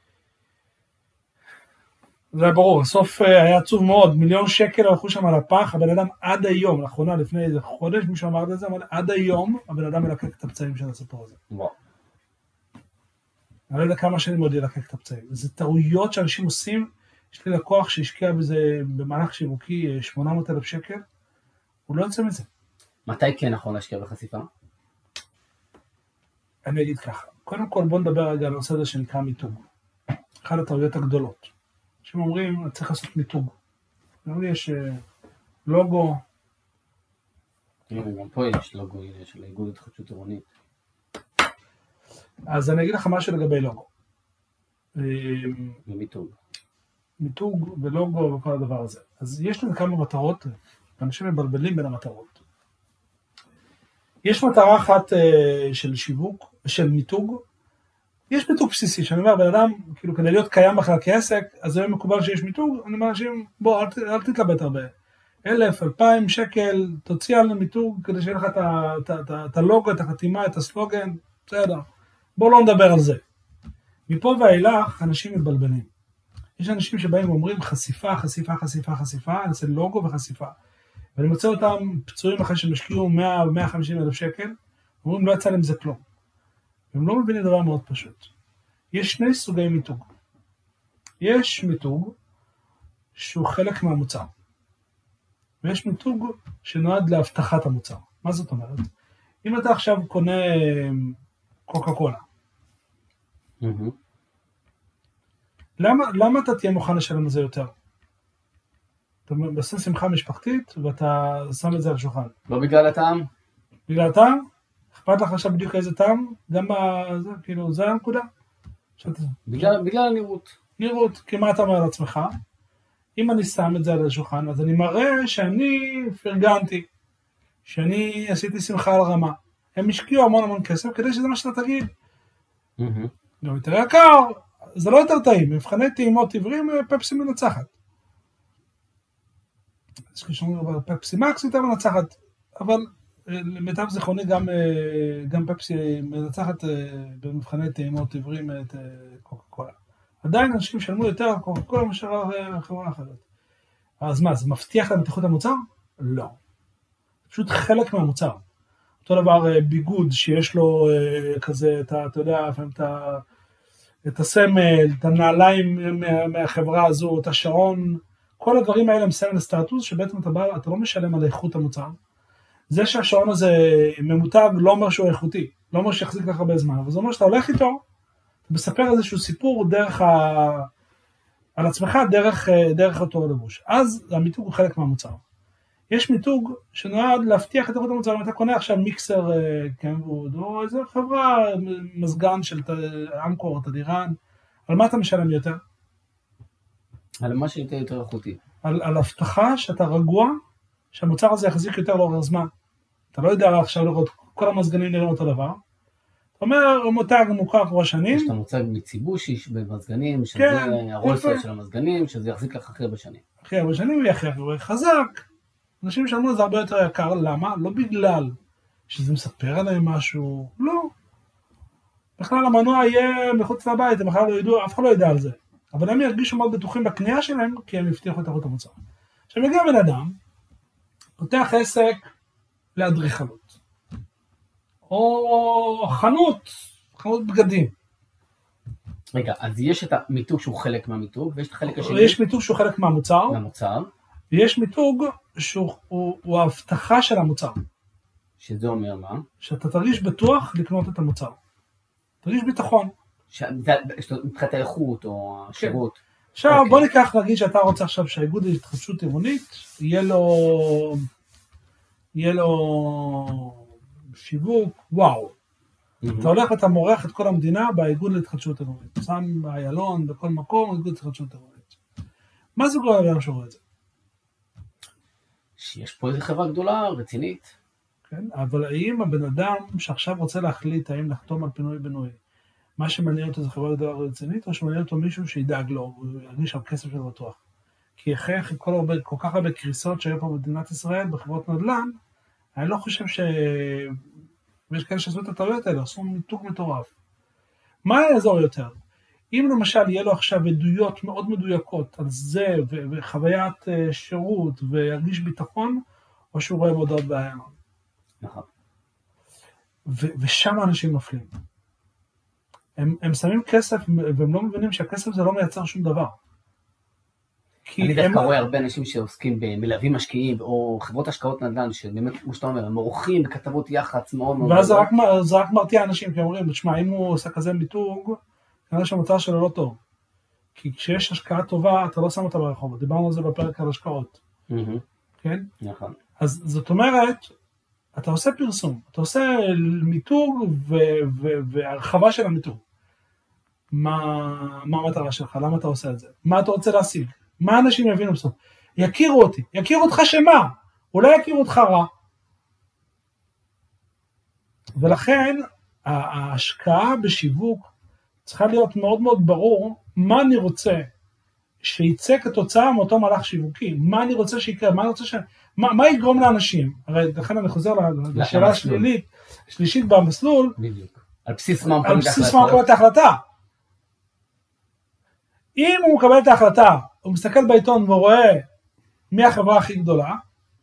זה היה ברור, הסוף היה עצוב מאוד, מיליון שקל הלכו שם על הפח, הבן אדם עד היום, לאחרונה לפני איזה חודש, מישהו אמר את זה, אבל עד היום הבן אדם מלקק את הפצעים של הסיפור הזה. וואו. אני לא יודע כמה שנים עוד ילקק את הפצעים. זה טעויות שאנשים עושים, יש לי לקוח שהשקיע בזה במהלך שיווקי שמונה מאות אלף שקל, הוא לא יוצא מזה. מתי כן נכון להשקיע בחשיפה? אני אגיד ככה, קודם כל בוא נדבר רגע על הנושא הזה שנקרא מיתוג. אחת הטעויות הגדולות. אנשים אומרים, צריך לעשות מיתוג. יש לוגו. גם פה יש לוגו של האיגוד להתחדשות עירונית. אז אני אגיד לך משהו לגבי לוגו. ומיתוג. מיתוג ולוגו וכל הדבר הזה. אז יש לנו כמה מטרות, אנשים מבלבלים בין המטרות. יש מטרה אחת של שיווק, של מיתוג. יש מיתוג בסיסי, שאני אומר, בן אדם, כאילו, כדי להיות קיים בכלל כעסק, אז זה מקובל שיש מיתוג, אני אומר אנשים, בוא, אל, אל תתלבט הרבה. אלף, אלפיים שקל, תוציא על מיתוג, כדי שיהיה לך את הלוגו, את החתימה, את הסלוגן, בסדר. בוא לא נדבר על זה. מפה ואילך, אנשים מתבלבלים. יש אנשים שבאים ואומרים, חשיפה, חשיפה, חשיפה, חשיפה, אני עושה לוגו וחשיפה. ואני מוצא אותם פצועים אחרי שמשקיעו מאה או מאה וחמישים אלף שקל, אומרים, לא יצא להם זה כלום. הם לא מבינים דבר מאוד פשוט. יש שני סוגי מיתוג. יש מיתוג שהוא חלק מהמוצר. ויש מיתוג שנועד להבטחת המוצר. מה זאת אומרת? אם אתה עכשיו קונה קוקה קולה, Mm-hmm. למה, למה אתה תהיה מוכן לשלם על זה יותר? אתה עושה שמחה משפחתית ואתה שם את זה על השולחן. לא בגלל הטעם? בגלל הטעם? אכפת לך עכשיו בדיוק איזה טעם? גם בזה, כאילו, זה הנקודה. שאת... בגלל, בגלל הנראות. נראות, כי מה אתה אומר על עצמך? אם אני שם את זה על השולחן, אז אני מראה שאני פרגנתי, שאני עשיתי שמחה על רמה. הם השקיעו המון המון כסף כדי שזה מה שאתה תגיד. Mm-hmm. גם יותר יקר, זה לא יותר טעים. מבחני טעימות עיוורים, פפסי מנצחת. יש כשאומרים, פפסי מקס יותר מנצחת, אבל למיטב זיכרוני גם, גם פפסי מנצחת במבחני טעימות עיוורים את קוקה קולה. עדיין אנשים שלמו יותר על קוקה קולה מאשר חברה אחרת. אז מה, זה מבטיח להם את איכות המוצר? לא. זה פשוט חלק מהמוצר. אותו דבר ביגוד שיש לו כזה, אתה, אתה יודע, את, ה, את הסמל, את הנעליים מה, מהחברה הזו, את השעון, כל הדברים האלה הם סמל סטטוס, שבעצם אתה, בא, אתה לא משלם על איכות המוצר. זה שהשעון הזה ממותג לא אומר שהוא איכותי, לא אומר שיחזיק לך הרבה זמן, אבל זה אומר שאתה הולך איתו, אתה מספר איזשהו סיפור דרך ה... על עצמך, דרך, דרך אותו לבוש. אז המיתוג הוא חלק מהמוצר. יש מיתוג שנועד להבטיח את איכות המוצר, אם אתה קונה עכשיו מיקסר קמווד, או איזה חברה, מזגן של אמקור, תדירן, על מה אתה משלם יותר? על מה שיותר יותר איכותי. על, על הבטחה שאתה רגוע, שהמוצר הזה יחזיק יותר לאורך זמן. אתה לא יודע עכשיו לראות, כל המזגנים נראים אותו דבר. זאת אומרת, מותג מוכר כבר שנים. יש את המוצג מציבושי במזגנים, שזה כן, הרולפל של המזגנים, שזה יחזיק לך אחרי בשנים. אחרי הרבה שנים הוא יהיה אחרי הרבה חזק. אנשים שאמרו זה הרבה יותר יקר, למה? לא בגלל שזה מספר עליהם משהו, לא. בכלל המנוע יהיה מחוץ לבית, הם בכלל לא ידעו, אף אחד לא ידע על זה. אבל הם ירגישו מאוד בטוחים בקנייה שלהם, כי הם הבטיחו את איכות המוצר. עכשיו מגיע בן אדם, פותח עסק לאדריכלות, או חנות, חנות בגדים. רגע, אז יש את המיתוג שהוא חלק מהמיתוג, ויש את החלק השני. יש מיתוג שהוא חלק מהמוצר. מהמוצר. ויש מיתוג שהוא הוא, הוא ההבטחה של המוצר. שזה אומר מה? שאתה תרגיש בטוח לקנות את המוצר. תרגיש ביטחון. מבחינת האיכות או השירות. עכשיו בוא ניקח להגיד שאתה רוצה עכשיו שהאיגוד להתחדשות עירונית, יהיה לו, יהיה לו שיווק, וואו. אתה הולך ואתה מורח את כל המדינה באיגוד להתחדשות עירונית. שם באיילון, בכל מקום, איגוד להתחדשות עירונית. מה זה גורם לבן שרואה את זה? שיש פה איזו חברה גדולה, רצינית. כן, אבל האם הבן אדם שעכשיו רוצה להחליט האם לחתום על פינוי בינוי, מה שמעניין אותו זה חברה גדולה רצינית, או שמעניין אותו מישהו שידאג לו, הוא ירגיש שם כסף שלו בטוח. כי אחרי כל, הרבה, כל כך הרבה קריסות שהיו פה במדינת ישראל, בחברות נדל"ן, אני לא חושב ש... ויש כאלה שעשו את הטעויות האלה, עשו מיתוג מטורף. מה יעזור יותר? אם למשל יהיה לו עכשיו עדויות מאוד מדויקות על זה, ו- וחוויית uh, שירות, וירגיש ביטחון, או שהוא רואה מודעות בעיה. נכון. ו- ושם האנשים נופלים. הם, הם שמים כסף, והם לא מבינים שהכסף זה לא מייצר שום דבר. אני דווקא רואה הרבה אנשים שעוסקים במלווים משקיעים, או חברות השקעות נדל"ן, שבאמת, כמו שאתה אומר, הם עורכים בכתבות יח"צ מאוד מאוד. ואז זה רק מרתיע אנשים, כי אומרים, תשמע, אם הוא עושה כזה מיתוג, כנראה שהמצב שלו לא טוב. כי כשיש השקעה טובה, אתה לא שם אותה ברחוב. דיברנו על זה בפרק על השקעות. כן? נכון. אז זאת אומרת, אתה עושה פרסום, אתה עושה מיתוג והרחבה של המיתוג. מה המטרה שלך? למה אתה עושה את זה? מה אתה רוצה להשיג? מה אנשים יבינו בסוף? יכירו אותי, יכירו אותך שמה? אולי יכירו אותך רע. ולכן, ההשקעה בשיווק צריכה להיות מאוד מאוד ברור מה אני רוצה שיצא כתוצאה מאותו מהלך שיווקי, מה אני רוצה שיקרה, מה אני רוצה ש... מה, מה יגרום לאנשים? הרי לכן אני חוזר לשאלה השלילית, שלישית במסלול, בדיוק. על בסיס מה על בסיס מה מקבל את ההחלטה. אם הוא מקבל את ההחלטה, הוא מסתכל בעיתון ורואה מי החברה הכי גדולה,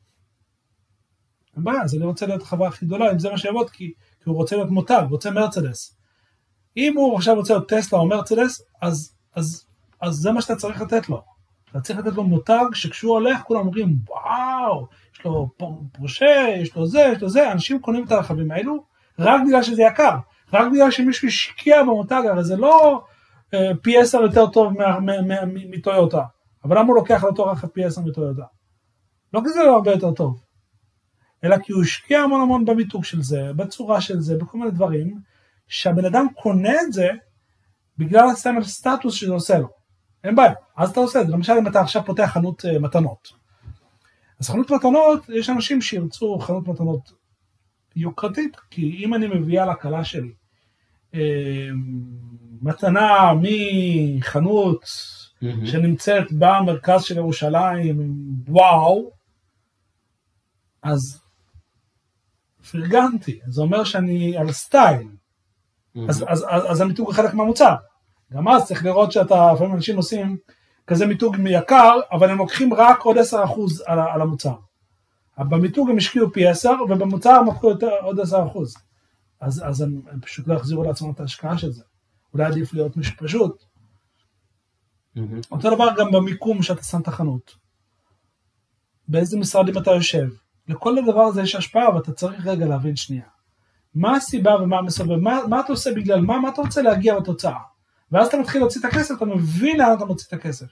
אין בעיה, אז אני רוצה להיות החברה הכי גדולה, אם זה מה שיעבוד, כי, כי הוא רוצה להיות מותג, הוא רוצה מרצדס. אם הוא עכשיו רוצה להיות טסלה או מרצדס, אז, אז, אז זה מה שאתה צריך לתת לו. אתה צריך לתת לו מותג שכשהוא הולך, כולם אומרים, וואו, יש לו פרושה, יש לו זה, יש לו זה, אנשים קונים את הרכבים האלו, רק בגלל שזה יקר, רק בגלל שמישהו השקיע במותג, הרי זה לא אה, פי עשר יותר טוב מטויוטה, אבל למה הוא לוקח לאותו רכב פי עשר מטויוטה? לא כי זה לא הרבה יותר טוב, אלא כי הוא השקיע המון המון במיתוג של זה, בצורה של זה, בכל מיני דברים, שהבן אדם קונה את זה, בגלל הסמל סטטוס שזה עושה לו. אין בעיה, אז אתה עושה את זה. למשל אם אתה עכשיו פותח חנות uh, מתנות. אז חנות מתנות, יש אנשים שירצו חנות מתנות יוקרתית, כי אם אני מביאה לקלה שלי, uh, מתנה מחנות mm-hmm. שנמצאת במרכז של ירושלים, וואו, אז פרגנתי, זה אומר שאני על סטייל, mm-hmm. אז, אז, אז, אז המיתוג הוא חלק מהמוצר. גם אז צריך לראות שאתה, לפעמים אנשים עושים כזה מיתוג מיקר, אבל הם לוקחים רק עוד עשרה אחוז על, על המוצר. במיתוג הם השקיעו פי עשר, ובמוצר הם לקחו יותר, עוד עשרה אחוז. אז, אז הם, הם פשוט לא יחזירו לעצמם את ההשקעה של זה. אולי עדיף להיות מישהו פשוט. Mm-hmm. אותו דבר גם במיקום שאתה שם את החנות. באיזה משרדים אתה יושב. לכל הדבר הזה יש השפעה, ואתה צריך רגע להבין שנייה. מה הסיבה ומה המסובב? מה, מה אתה עושה בגלל מה? מה אתה רוצה להגיע בתוצאה? ואז אתה מתחיל להוציא את הכסף, אתה מבין לאן אתה מוציא את הכסף.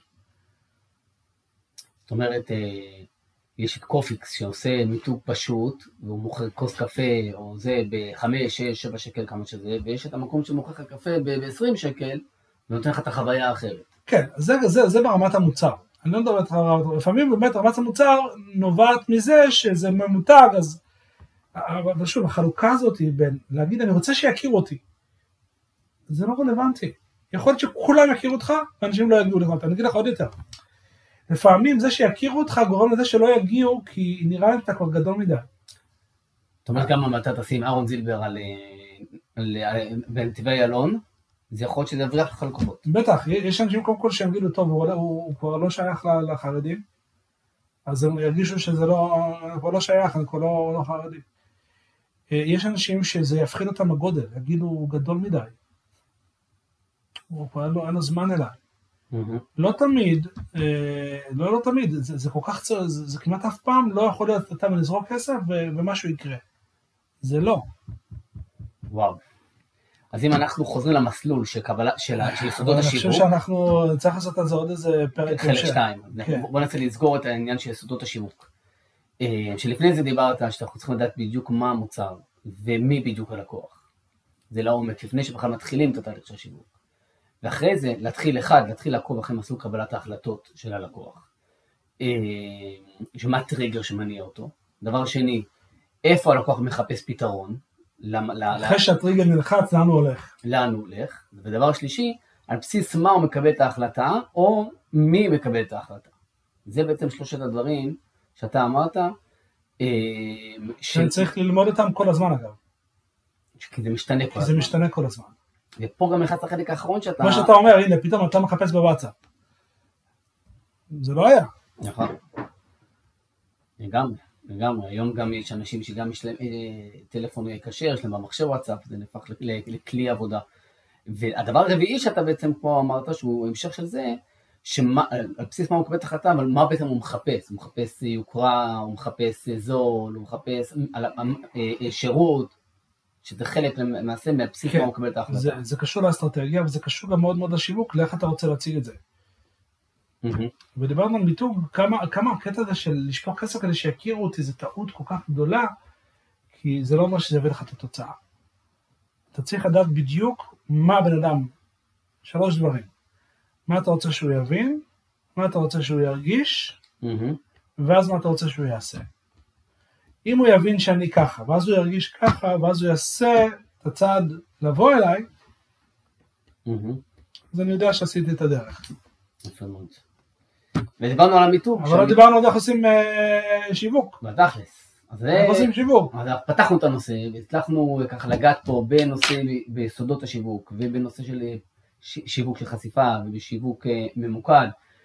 זאת אומרת, יש את קופיקס שעושה מיתוג פשוט, והוא מוכר כוס קפה, או זה ב-חמש, שש, שבע שקל כמה שזה, ויש את המקום שמוכר לך קפה ב-עשרים שקל, ונותן לך את החוויה האחרת. כן, זה, זה, זה ברמת המוצר. אני לא מדבר את הרמת, לפעמים באמת רמת המוצר נובעת מזה שזה ממותג, אז, אבל שוב, החלוקה הזאת היא בין להגיד, אני רוצה שיכירו אותי. זה לא רלוונטי. יכול להיות שכולם יכירו אותך, ואנשים לא יגיעו לך. אני אגיד לך עוד יותר. לפעמים זה שיכירו אותך גורם לזה שלא יגיעו, כי נראה לי אתה כבר גדול מדי. זאת אומרת, גם אם אתה תשים אהרון זילבר על, על, על, בנתיבי איילון, זה יכול להיות שזה יבריח לך לקוחות. בטח, יש אנשים קודם כל שיגידו, טוב, הוא, הוא, הוא כבר לא שייך לחרדים, אז הם ירגישו שזה לא, הוא כבר לא שייך, אני כבר לא, לא חרדי. יש אנשים שזה יפחיד אותם הגודל, יגידו, הוא גדול מדי. הוא כבר לא, אין לו זמן אליי. Mm-hmm. לא תמיד, אה, לא, לא תמיד, זה, זה כל כך, זה, זה כמעט אף פעם לא יכול להיות אתה ולזרוק כסף ו, ומשהו יקרה. זה לא. וואו. אז אם אנחנו חוזרים למסלול של קבלה, של, של יסודות השיווק. אני חושב שאנחנו צריך לעשות על זה עוד איזה פרק. חלק שתיים. כן. בוא ננסה לסגור את העניין של יסודות השיווק. שלפני זה דיברת שאנחנו צריכים לדעת בדיוק מה המוצר. ומי בדיוק הלקוח. זה לעומק, לפני שבכלל מתחילים את התהליך של השיווק. ואחרי זה, להתחיל אחד, להתחיל לעקוב אחרי מסלול קבלת ההחלטות של הלקוח. שמה הטריגר שמניע אותו. דבר שני, איפה הלקוח מחפש פתרון. אחרי שהטריגר נלחץ, לאן הוא הולך? לאן הוא הולך. ודבר שלישי, על בסיס מה הוא מקבל את ההחלטה, או מי מקבל את ההחלטה. זה בעצם שלושת הדברים שאתה אמרת. שאני צריך ללמוד אותם כל הזמן אגב. כי זה משתנה כל הזמן. כי זה משתנה כל הזמן. ופה גם נכנס לחלק האחרון שאתה... מה שאתה אומר, הנה, פתאום אתה מחפש בוואטסאפ. זה לא היה. נכון. לגמרי, לגמרי. היום גם יש אנשים שגם יש להם טלפון כשר, יש להם במחשב וואטסאפ, זה נהפך לכלי עבודה. והדבר הרביעי שאתה בעצם פה אמרת, שהוא המשך של זה, שעל בסיס מה הוא מקבל את החלטה, אבל מה בעצם הוא מחפש? הוא מחפש יוקרה, הוא מחפש זול, הוא מחפש שירות, שזה חלק למעשה מהבסיס מה הוא מקבל את ההחלטה. זה, זה קשור לאסטרטגיה, וזה קשור גם מאוד מאוד לשיווק, לאיך אתה רוצה להציג את זה. ודיברנו על מיתוג, כמה, כמה הקטע הזה של לשפוך כסף כדי שיכירו אותי, זה טעות כל כך גדולה, כי זה לא אומר שזה יביא לך את התוצאה. אתה צריך לדעת בדיוק מה בן אדם, שלוש דברים. מה אתה רוצה שהוא יבין, מה אתה רוצה שהוא ירגיש, ואז מה אתה רוצה שהוא יעשה. אם הוא יבין שאני ככה, ואז הוא ירגיש ככה, ואז הוא יעשה את הצעד לבוא אליי, אז אני יודע שעשיתי את הדרך. יפה מאוד. ודיברנו על המיתוג. אבל לא דיברנו עוד איך עושים שיווק. בתכלס. איך עושים שיווק. אז פתחנו את הנושא, והצלחנו ככה לגעת פה בנושא, ביסודות השיווק, ובנושא של שיווק של חשיפה, ובשיווק ממוקד,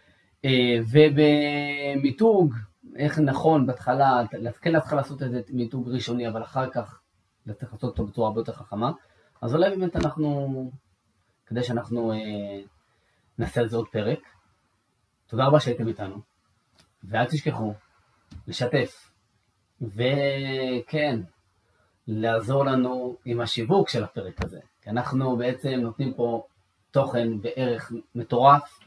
ובמיתוג, איך נכון בהתחלה, כן להתחיל לעשות איזה מיתוג ראשוני, אבל אחר כך צריך לעשות אותו בצורה הרבה יותר חכמה. אז אולי באמת אנחנו, כדי שאנחנו נעשה על זה עוד פרק. תודה רבה שהייתם איתנו, ואל תשכחו לשתף, וכן, לעזור לנו עם השיווק של הפרק הזה, כי אנחנו בעצם נותנים פה תוכן בערך מטורף,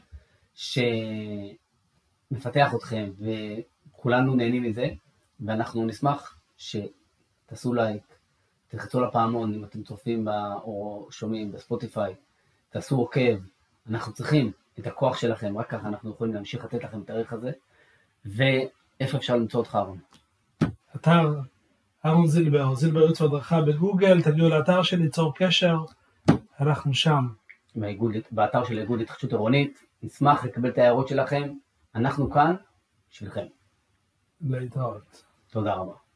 שמפתח אתכם, וכולנו נהנים מזה, ואנחנו נשמח שתעשו לייק, תלחצו לפעמון אם אתם צופים או שומעים בספוטיפיי, תעשו עוקב, אנחנו צריכים את הכוח שלכם, רק ככה אנחנו יכולים להמשיך לתת לכם את הערך הזה, ואיפה אפשר למצוא אותך אהרון? אתר אהרון זילבר, זילבר ייעוץ והדרכה בגוגל, תגיעו לאתר שלי, ליצור קשר, אנחנו שם. באתר של איגוד התחדשות עירונית, נשמח לקבל את ההערות שלכם, אנחנו כאן בשבילכם. להתראות. תודה רבה.